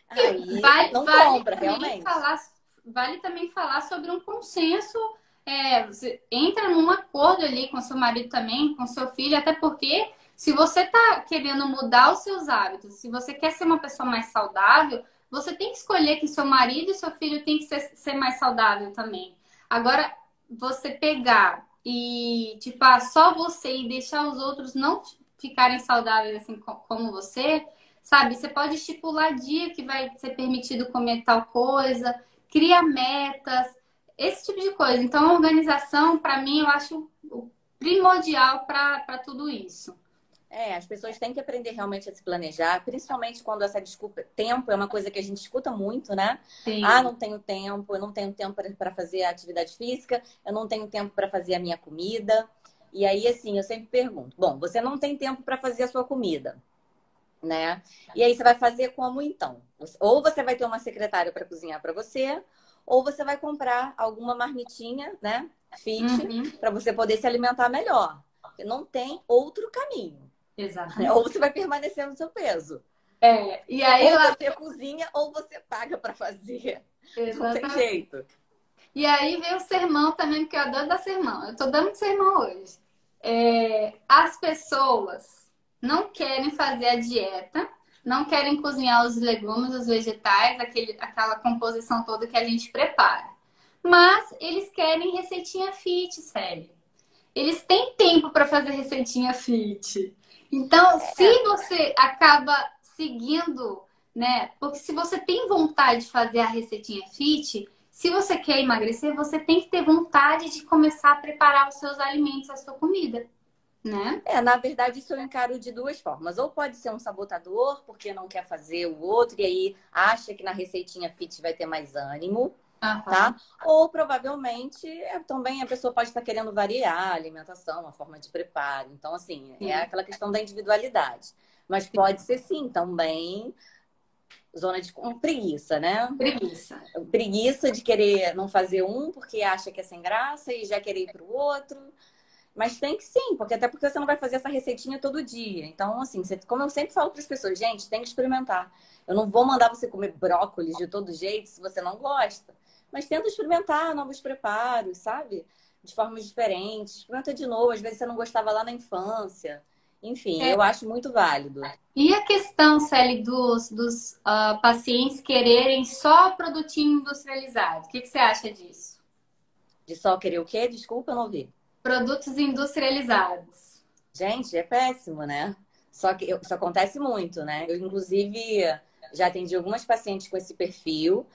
Aí Vale, não vale compra, também realmente. falar, vale também falar sobre um consenso. É, você entra num acordo ali com seu marido também, com seu filho, até porque se você tá querendo mudar os seus hábitos, se você quer ser uma pessoa mais saudável, você tem que escolher que seu marido e seu filho têm que ser, ser mais saudável também. Agora, você pegar e, tipo, ah, só você e deixar os outros não ficarem saudáveis assim co- como você. Sabe, você pode estipular dia que vai ser permitido comer tal coisa, cria metas, esse tipo de coisa. Então, a organização, para mim, eu acho primordial para tudo isso. É, as pessoas têm que aprender realmente a se planejar, principalmente quando essa desculpa, tempo é uma coisa que a gente escuta muito, né? Ah, Sim. não tenho tempo, eu não tenho tempo para fazer a atividade física, eu não tenho tempo para fazer a minha comida. E aí, assim, eu sempre pergunto: bom, você não tem tempo para fazer a sua comida, né? E aí você vai fazer como então? Ou você vai ter uma secretária para cozinhar para você, ou você vai comprar alguma marmitinha, né? Fit, Uhum. para você poder se alimentar melhor. Porque não tem outro caminho. Né? Ou Exatamente. você vai permanecer no seu peso. É, e aí Ou lá, você cozinha, ou você paga para fazer. Não tem exatamente. jeito. E aí vem o sermão também, porque eu adoro dar sermão. Eu tô dando sermão hoje. É, as pessoas não querem fazer a dieta, não querem cozinhar os legumes, os vegetais, aquele, aquela composição toda que a gente prepara. Mas eles querem receitinha fit, sério. Eles têm tempo para fazer receitinha fit. Então, É, se você acaba seguindo, né? Porque se você tem vontade de fazer a receitinha fit, se você quer emagrecer, você tem que ter vontade de começar a preparar os seus alimentos, a sua comida, né? é, na verdade, isso eu encaro de duas formas. Ou pode ser um sabotador, porque não quer fazer o outro, e aí acha que na receitinha fit vai ter mais ânimo, Aham. tá? Ou provavelmente é, também a pessoa pode estar querendo variar a alimentação, a forma de preparo. Então, assim, é Sim, aquela questão da individualidade. Mas pode ser sim também zona de com preguiça, né? preguiça. Preguiça de querer não fazer um porque acha que é sem graça e já querer ir para o outro. Mas tem que sim, porque até porque você não vai fazer essa receitinha todo dia. Então, assim, você, como eu sempre falo para as pessoas, gente, tem que experimentar. Eu não vou mandar você comer brócolis de todo jeito se você não gosta. Mas tenta experimentar novos preparos, sabe? De formas diferentes. Experimenta de novo. Às vezes você não gostava lá na infância. Enfim, É, eu acho muito válido. e a questão, Celi, dos, dos ah, pacientes quererem só produtinho industrializado? O que, que você acha disso? De só querer o quê? Desculpa, eu não ouvi. Produtos industrializados. Gente, é péssimo, né? Só que eu- isso acontece muito, né? Eu, inclusive, já atendi algumas pacientes com esse perfil,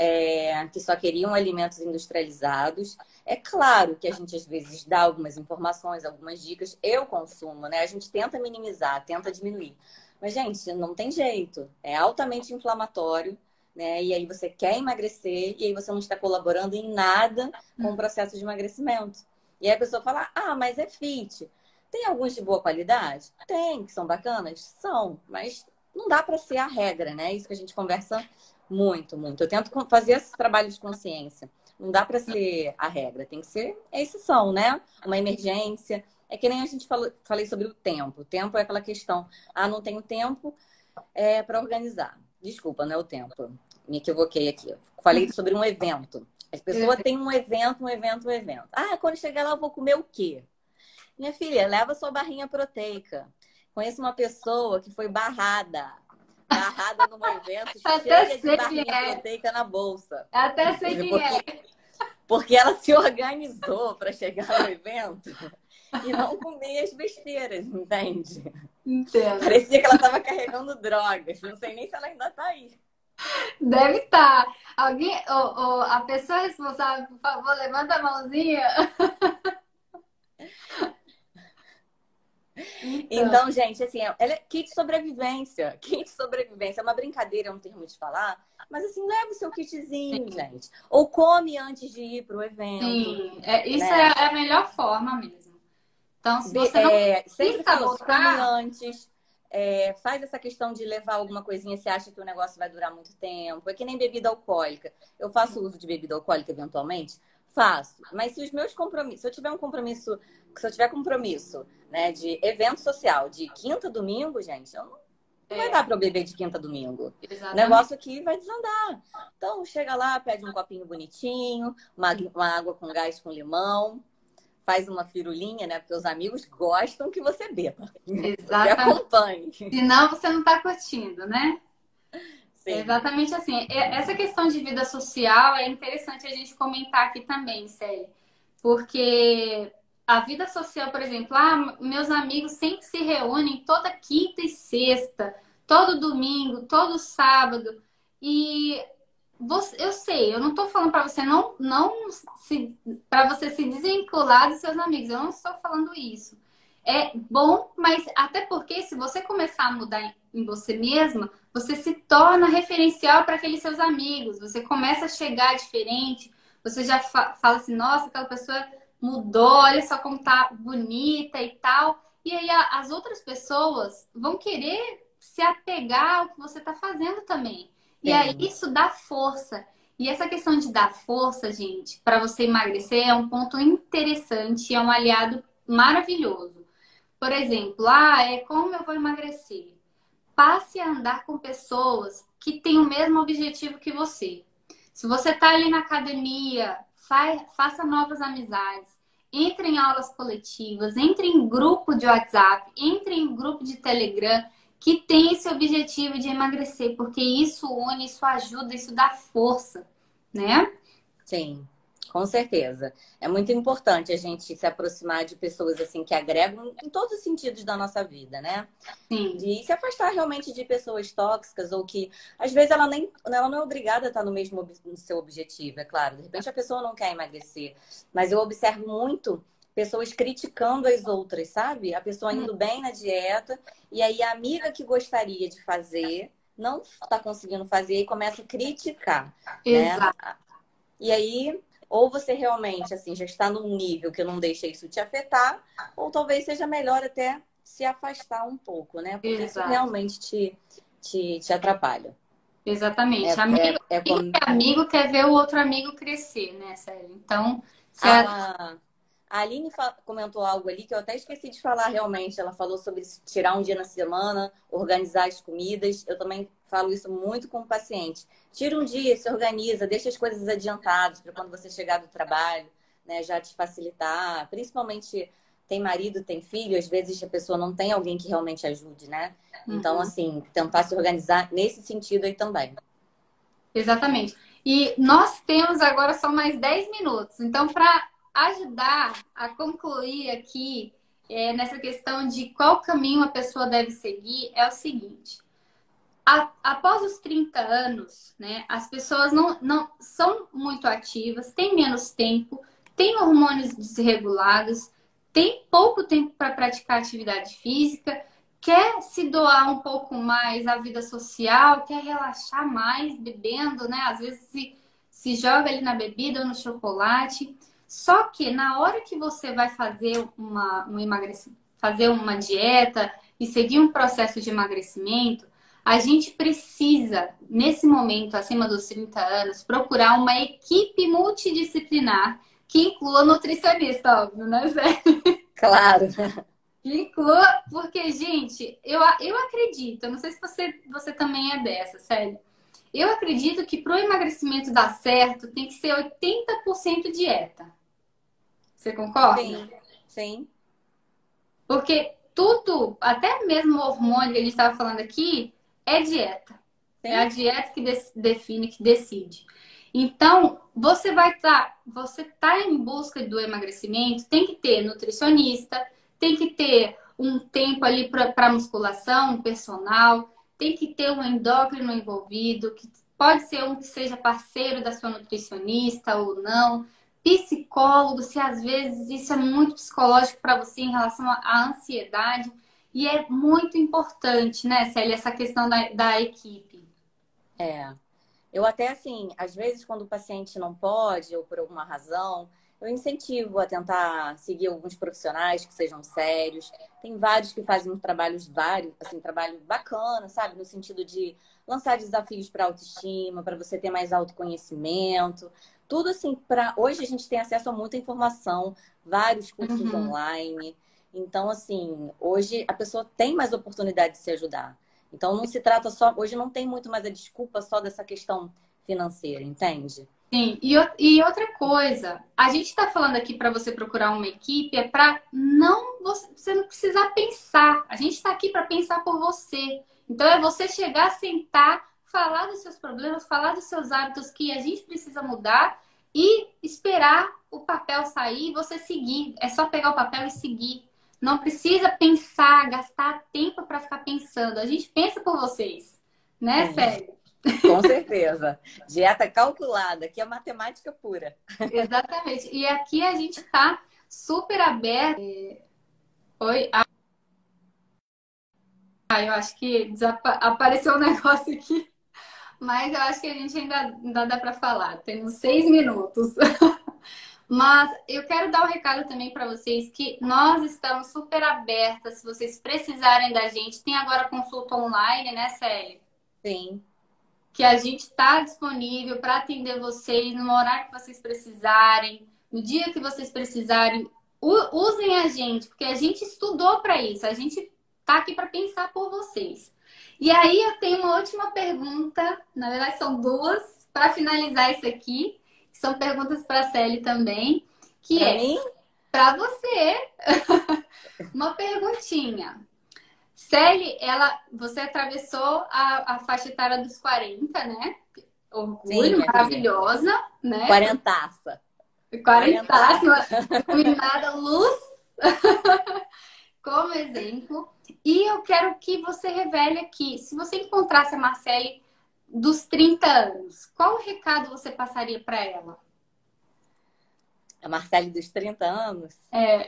é, que só queriam alimentos industrializados. É claro que a gente, às vezes, dá algumas informações, algumas dicas. Eu consumo, né? A gente tenta minimizar, tenta diminuir. Mas, gente, não tem jeito. É altamente inflamatório, né? E aí você quer emagrecer e aí você não está colaborando em nada com o processo de emagrecimento. E aí a pessoa fala, ah, mas é fit. Tem alguns de boa qualidade? Tem, que são bacanas? São, mas não dá para ser a regra, né? Isso que a gente conversa muito, muito. Eu tento fazer esse trabalho de consciência. Não dá para ser a regra, tem que ser a exceção, né? Uma emergência. É que nem a gente falou, falei sobre o tempo. O tempo é aquela questão, ah, não tenho tempo é, para organizar. Desculpa, não é o tempo. Me equivoquei aqui. Falei sobre um evento. As pessoas têm um evento, um evento, um evento. Ah, quando chegar lá eu vou comer o quê? Minha filha, leva sua barrinha proteica. Conheço uma pessoa que foi barrada. Barrada num evento Até cheia de sei quem barrinha é. proteica na bolsa. Até sei quem é. Porque, porque ela se organizou para chegar no evento e não comer as besteiras, entende? Entendo. Parecia que ela estava carregando drogas. Não sei nem se ela ainda está aí. Deve estar. Alguém, ou, ou a pessoa responsável, por favor, levanta a mãozinha. Então, Então, gente, assim, ela é kit sobrevivência. Kit sobrevivência é uma brincadeira, é um termo de falar, mas assim, leva o seu kitzinho, gente. Ou come antes de ir para o evento, sim, é, isso é né? a melhor forma mesmo. Então, se Be- você não é, sempre precisa falo, come botar, antes. É, faz essa questão de levar alguma coisinha, você acha que o negócio vai durar muito tempo. É que nem bebida alcoólica. Eu faço uso de bebida alcoólica eventualmente? Faço. Mas se os meus compromissos, se eu tiver um compromisso, se eu tiver compromisso, né, de evento social, de quinta a domingo, gente, eu não, não vai dar é, para eu beber de quinta a domingo. O exatamente. negócio aqui vai desandar. Então, chega lá, pede um copinho bonitinho, uma, uma água com gás com limão, faz uma firulinha, né? Porque os amigos gostam que você beba. Você Exatamente. acompanhe. Senão você não está curtindo, né? É Sim. exatamente assim. E essa questão de vida social é interessante a gente comentar aqui também, Célia. Porque a vida social, por exemplo, ah, meus amigos sempre se reúnem toda quinta e sexta, todo domingo, todo sábado. E você, eu sei, eu não estou falando para você não, não se, para você se desvincular dos seus amigos. Eu não estou falando isso. É bom, mas até porque se você começar a mudar em, em você mesma, você se torna referencial para aqueles seus amigos. Você começa a chegar diferente. Você já fa fala assim, nossa, aquela pessoa mudou, olha só como tá bonita e tal. E aí a, as outras pessoas vão querer se apegar ao que você está fazendo também. E aí Sim. isso dá força. E essa questão de dar força, gente, para você emagrecer é um ponto interessante, é um aliado maravilhoso. Por exemplo, ah, é como eu vou emagrecer? Passe a andar com pessoas que têm o mesmo objetivo que você. Se você está ali na academia, fa faça novas amizades, entre em aulas coletivas, entre em grupo de WhatsApp, entre em grupo de Telegram que tem esse objetivo de emagrecer, porque isso une, isso ajuda, isso dá força, né? Sim, com certeza. É muito importante a gente se aproximar de pessoas assim que agregam em todos os sentidos da nossa vida, né? Sim, De se afastar realmente de pessoas tóxicas ou que às vezes ela nem ela não é obrigada a estar no mesmo ob- no seu objetivo, é claro. De repente a pessoa não quer emagrecer, mas eu observo muito pessoas criticando as outras, sabe? A pessoa indo bem na dieta e aí a amiga que gostaria de fazer não está conseguindo fazer e começa a criticar, né? exato, E aí, ou você realmente assim já está num nível que não deixa isso te afetar, ou talvez seja melhor até se afastar um pouco, né? Porque isso exato. realmente te, te, te atrapalha. É, Exatamente. é, Amigo, é amigo como que é amigo quer ver o outro amigo crescer, né, Célia? Então, se a... a, a Aline fa- comentou algo ali que eu até esqueci de falar realmente. Ela falou sobre tirar um dia na semana, organizar as comidas. Eu também falo isso muito com o paciente. Tira um dia, se organiza, deixa as coisas adiantadas para quando você chegar do trabalho, né, já te facilitar. Principalmente tem marido, tem filho, às vezes a pessoa não tem alguém que realmente ajude, né? Então, Uhum. assim, tentar se organizar nesse sentido aí também. Exatamente. E nós temos agora só mais dez minutos. Então, para ajudar a concluir aqui é, nessa questão de qual caminho a pessoa deve seguir, é o seguinte. A- após os trinta anos, né, as pessoas não, não são muito ativas, têm menos tempo, têm hormônios desregulados, têm pouco tempo para praticar atividade física, quer se doar um pouco mais à vida social, quer relaxar mais bebendo, né? Às vezes se, se joga ali na bebida ou no chocolate. Só que na hora que você vai fazer uma, um emagrecimento, fazer uma dieta e seguir um processo de emagrecimento, a gente precisa, nesse momento, acima dos trinta anos, procurar uma equipe multidisciplinar que inclua nutricionista, óbvio, né, Zé? Claro. Que inclua, porque, gente, eu, eu acredito, eu não sei se você, você também é dessa, sério. Eu acredito que para o emagrecimento dar certo, tem que ser oitenta por cento dieta. Você concorda? Sim, sim, Porque tudo, até mesmo o hormônio que a gente estava falando aqui, é dieta. É a sim. dieta que de- define, que decide. Então, você vai estar, você tá em busca do emagrecimento, tem que ter nutricionista, tem que ter um tempo ali para musculação, um personal, tem que ter um endócrino envolvido, que pode ser um que seja parceiro da sua nutricionista ou não, psicólogo, se às vezes isso é muito psicológico para você em relação à ansiedade. E é muito importante, né, Célia, essa questão da, da equipe. É. Eu até, assim, às vezes quando o paciente não pode, ou por alguma razão, eu incentivo a tentar seguir alguns profissionais que sejam sérios. Tem vários que fazem um trabalhos, vários, assim, trabalho bacana, sabe? No sentido de lançar desafios para autoestima, para você ter mais autoconhecimento. Tudo assim, para hoje a gente tem acesso a muita informação, vários cursos Uhum. online. Então, assim, hoje a pessoa tem mais oportunidade de se ajudar. Então, não se trata só... Hoje não tem muito mais a desculpa só dessa questão financeira, entende? Sim, e, o- e outra coisa, a gente está falando aqui para você procurar uma equipe, é para não você, você não precisar pensar. A gente está aqui para pensar por você. Então é você chegar, sentar, falar dos seus problemas, falar dos seus hábitos que a gente precisa mudar e esperar o papel sair e você seguir. É só pegar o papel e seguir. Não precisa pensar, gastar tempo para ficar pensando. A gente pensa por vocês, né, Sim, Célia? com certeza. Dieta calculada, que é matemática pura. Exatamente. E aqui a gente tá super aberto. Oi? Ah, eu acho que desapa- apareceu um negócio aqui, mas eu acho que a gente ainda, ainda dá para falar. Temos seis minutos. Mas eu quero dar um recado também para vocês que nós estamos super abertas. Se vocês precisarem da gente, tem agora consulta online, né, Célia? Sim. Que a gente está disponível para atender vocês no horário que vocês precisarem, no dia que vocês precisarem. U- usem a gente, porque a gente estudou para isso, a gente está aqui para pensar por vocês. E aí eu tenho uma última pergunta, na verdade são duas, para finalizar isso aqui, que são perguntas para a Célia também, que Para é mim, para você uma perguntinha. Sally, ela, você atravessou a, a faixa etária dos quarenta, né? sim, Orgulho, minha filha. maravilhosa, né? Quarentaça. Quarentássima, Quarentaça. iluminada, luz como exemplo. E eu quero que você revele aqui, se você encontrasse a Marcele dos trinta anos, qual o recado você passaria para ela? A Marcele dos trinta anos. É,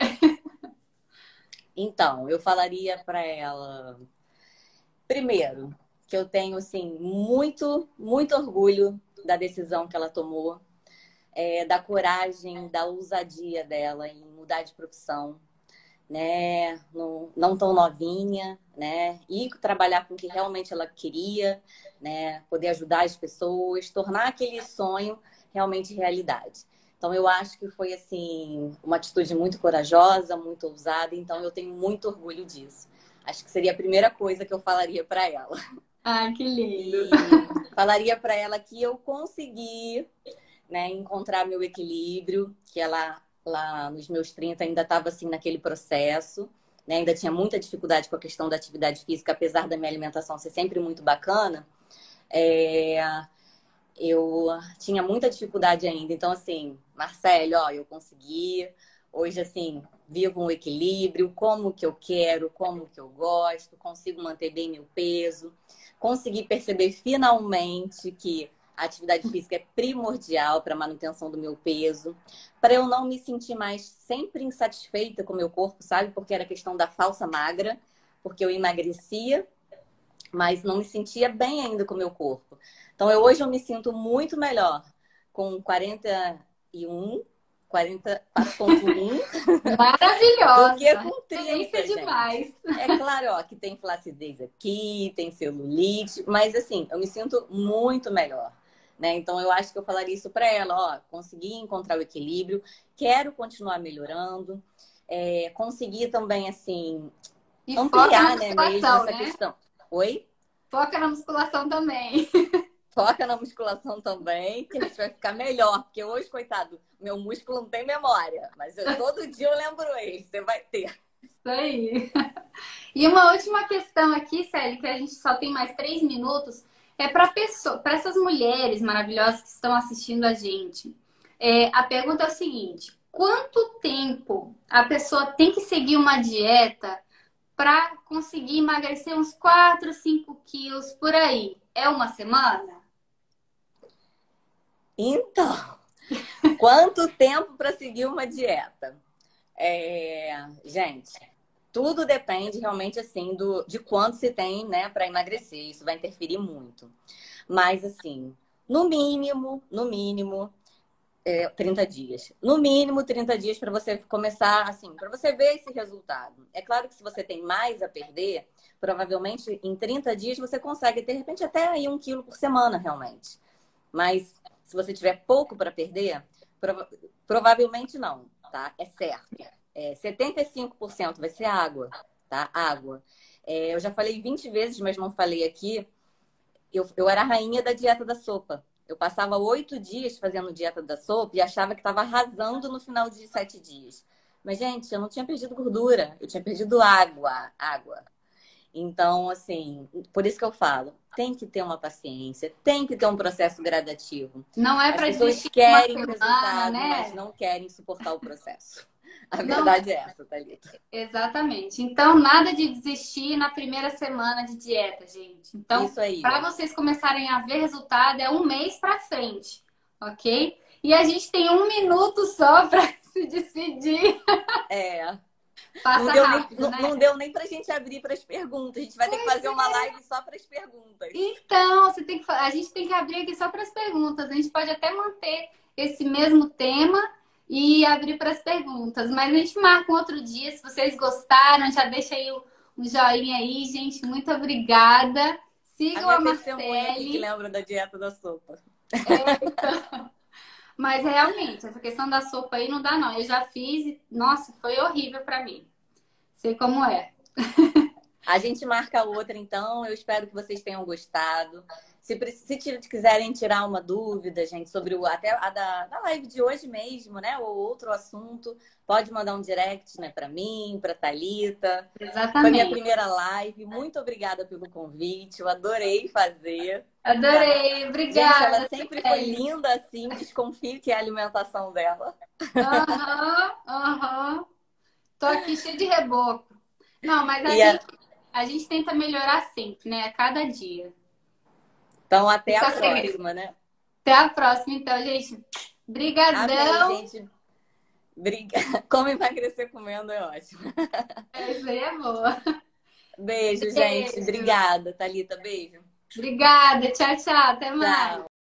Então, eu falaria para ela, primeiro, que eu tenho, assim, muito, muito orgulho da decisão que ela tomou, é, da coragem, da ousadia dela em mudar de profissão, né? Não, não tão novinha, né? E trabalhar com o que realmente ela queria, né? Poder ajudar as pessoas, tornar aquele sonho realmente realidade. Então, eu acho que foi, assim, uma atitude muito corajosa, muito ousada. Então, eu tenho muito orgulho disso. Acho que seria a primeira coisa que eu falaria para ela. ai, que lindo. E falaria para ela que eu consegui, né, encontrar meu equilíbrio, que ela lá nos meus trinta ainda estava assim naquele processo, né? Ainda tinha muita dificuldade com a questão da atividade física, apesar da minha alimentação ser sempre muito bacana, é... eu tinha muita dificuldade ainda. Então, assim, Marcelo, ó, eu consegui. Hoje, assim, vivo um equilíbrio, como que eu quero, como que eu gosto, consigo manter bem meu peso, consegui perceber finalmente que a atividade física é primordial para a manutenção do meu peso, para eu não me sentir mais sempre insatisfeita com o meu corpo, sabe? Porque era questão da falsa magra, porque eu emagrecia, mas não me sentia bem ainda com o meu corpo. Então, eu, hoje eu me sinto muito melhor com quarenta e um, quarenta, quatro ponto um do que Maravilhosa. com Delícia trinta, demais. gente. É claro, ó, que tem flacidez aqui, tem celulite, mas assim, eu me sinto muito melhor, né? Então eu acho que eu falaria isso para ela, ó, consegui encontrar o equilíbrio, quero continuar melhorando, é, consegui também assim E foca na ampliar, né, mesmo musculação, essa né? questão. Oi? Foca na musculação também. Foca na musculação também, que a gente vai ficar melhor. Porque hoje, coitado, meu músculo não tem memória. Mas eu, todo dia eu lembro ele. Você vai ter. Isso aí. E uma última questão aqui, Célia, que a gente só tem mais três minutos, é para pessoa, para essas mulheres maravilhosas que estão assistindo a gente. É, a pergunta é o seguinte: quanto tempo a pessoa tem que seguir uma dieta para conseguir emagrecer uns quatro, cinco quilos por aí? É uma semana? Então, quanto tempo para seguir uma dieta? É, gente, tudo depende realmente assim do de quanto se tem, né, para emagrecer. Isso vai interferir muito. Mas assim, no mínimo, no mínimo, é, trinta dias. No mínimo trinta dias para você começar assim, para você ver esse resultado. É claro que se você tem mais a perder, provavelmente em trinta dias você consegue, de repente, até aí um quilo por semana, realmente. Mas se você tiver pouco para perder, prova provavelmente não, tá? É certo. É, setenta e cinco por cento vai ser água, tá? Água. É, eu já falei vinte vezes, mas não falei aqui. Eu, eu era a rainha da dieta da sopa. Eu passava oito dias fazendo dieta da sopa e achava que estava arrasando no final de sete dias. Mas, gente, eu não tinha perdido gordura, eu tinha perdido água, água. Então, assim, por isso que eu falo, tem que ter uma paciência, tem que ter um processo gradativo. Não é As para pessoas desistir uma querem o semana, resultado, mas né? não querem suportar o processo. A Não, verdade é essa, Thalita. exatamente. Então, nada de desistir na primeira semana de dieta, gente. Então, Isso aí. para vocês começarem a ver resultado, é um mês para frente, ok? E a gente tem um minuto só para se despedir. É. Não Passa deu nem, rápido, não, né? não deu nem pra gente abrir para as perguntas. A gente vai ter que Pois fazer uma é. live só para as perguntas. Então, você tem que, a gente tem que abrir aqui só para as perguntas. A gente pode até manter esse mesmo tema e abrir para as perguntas, mas a gente marca um outro dia. Se vocês gostaram, já deixa aí o, um joinha aí, gente. Muito obrigada. A Sigam a minha testemunha aqui que Marcele. lembra da dieta da sopa. Mas realmente, essa questão da sopa aí não dá, não. Eu já fiz e, nossa, foi horrível para mim. Sei como é. A gente marca outra, então. Eu espero que vocês tenham gostado. Se, se quiserem tirar uma dúvida, gente, sobre o, até a da, da live de hoje mesmo, né? Ou outro assunto, pode mandar um direct, né, para mim, para Thalita. Foi minha Exatamente. primeira live. Muito obrigada pelo convite. Eu adorei fazer. Tá? Adorei. Gente, ela Obrigada, sempre foi Sueli. linda assim. Desconfio que é a alimentação dela. Aham, aham. Tô aqui cheia de reboco. Não, mas a E a... gente, a gente tenta melhorar sempre, né? A cada dia. Então, até Esse a é o segredo. próxima, né? Até a próxima, então, gente. Amei, Brigadão. gente. Briga... Como emagrecer comendo é ótimo. Essa aí é boa. Beijo, gente. Beijo. Obrigada, Thalita. Beijo. Obrigada. Tchau, tchau. Até mais. Tchau.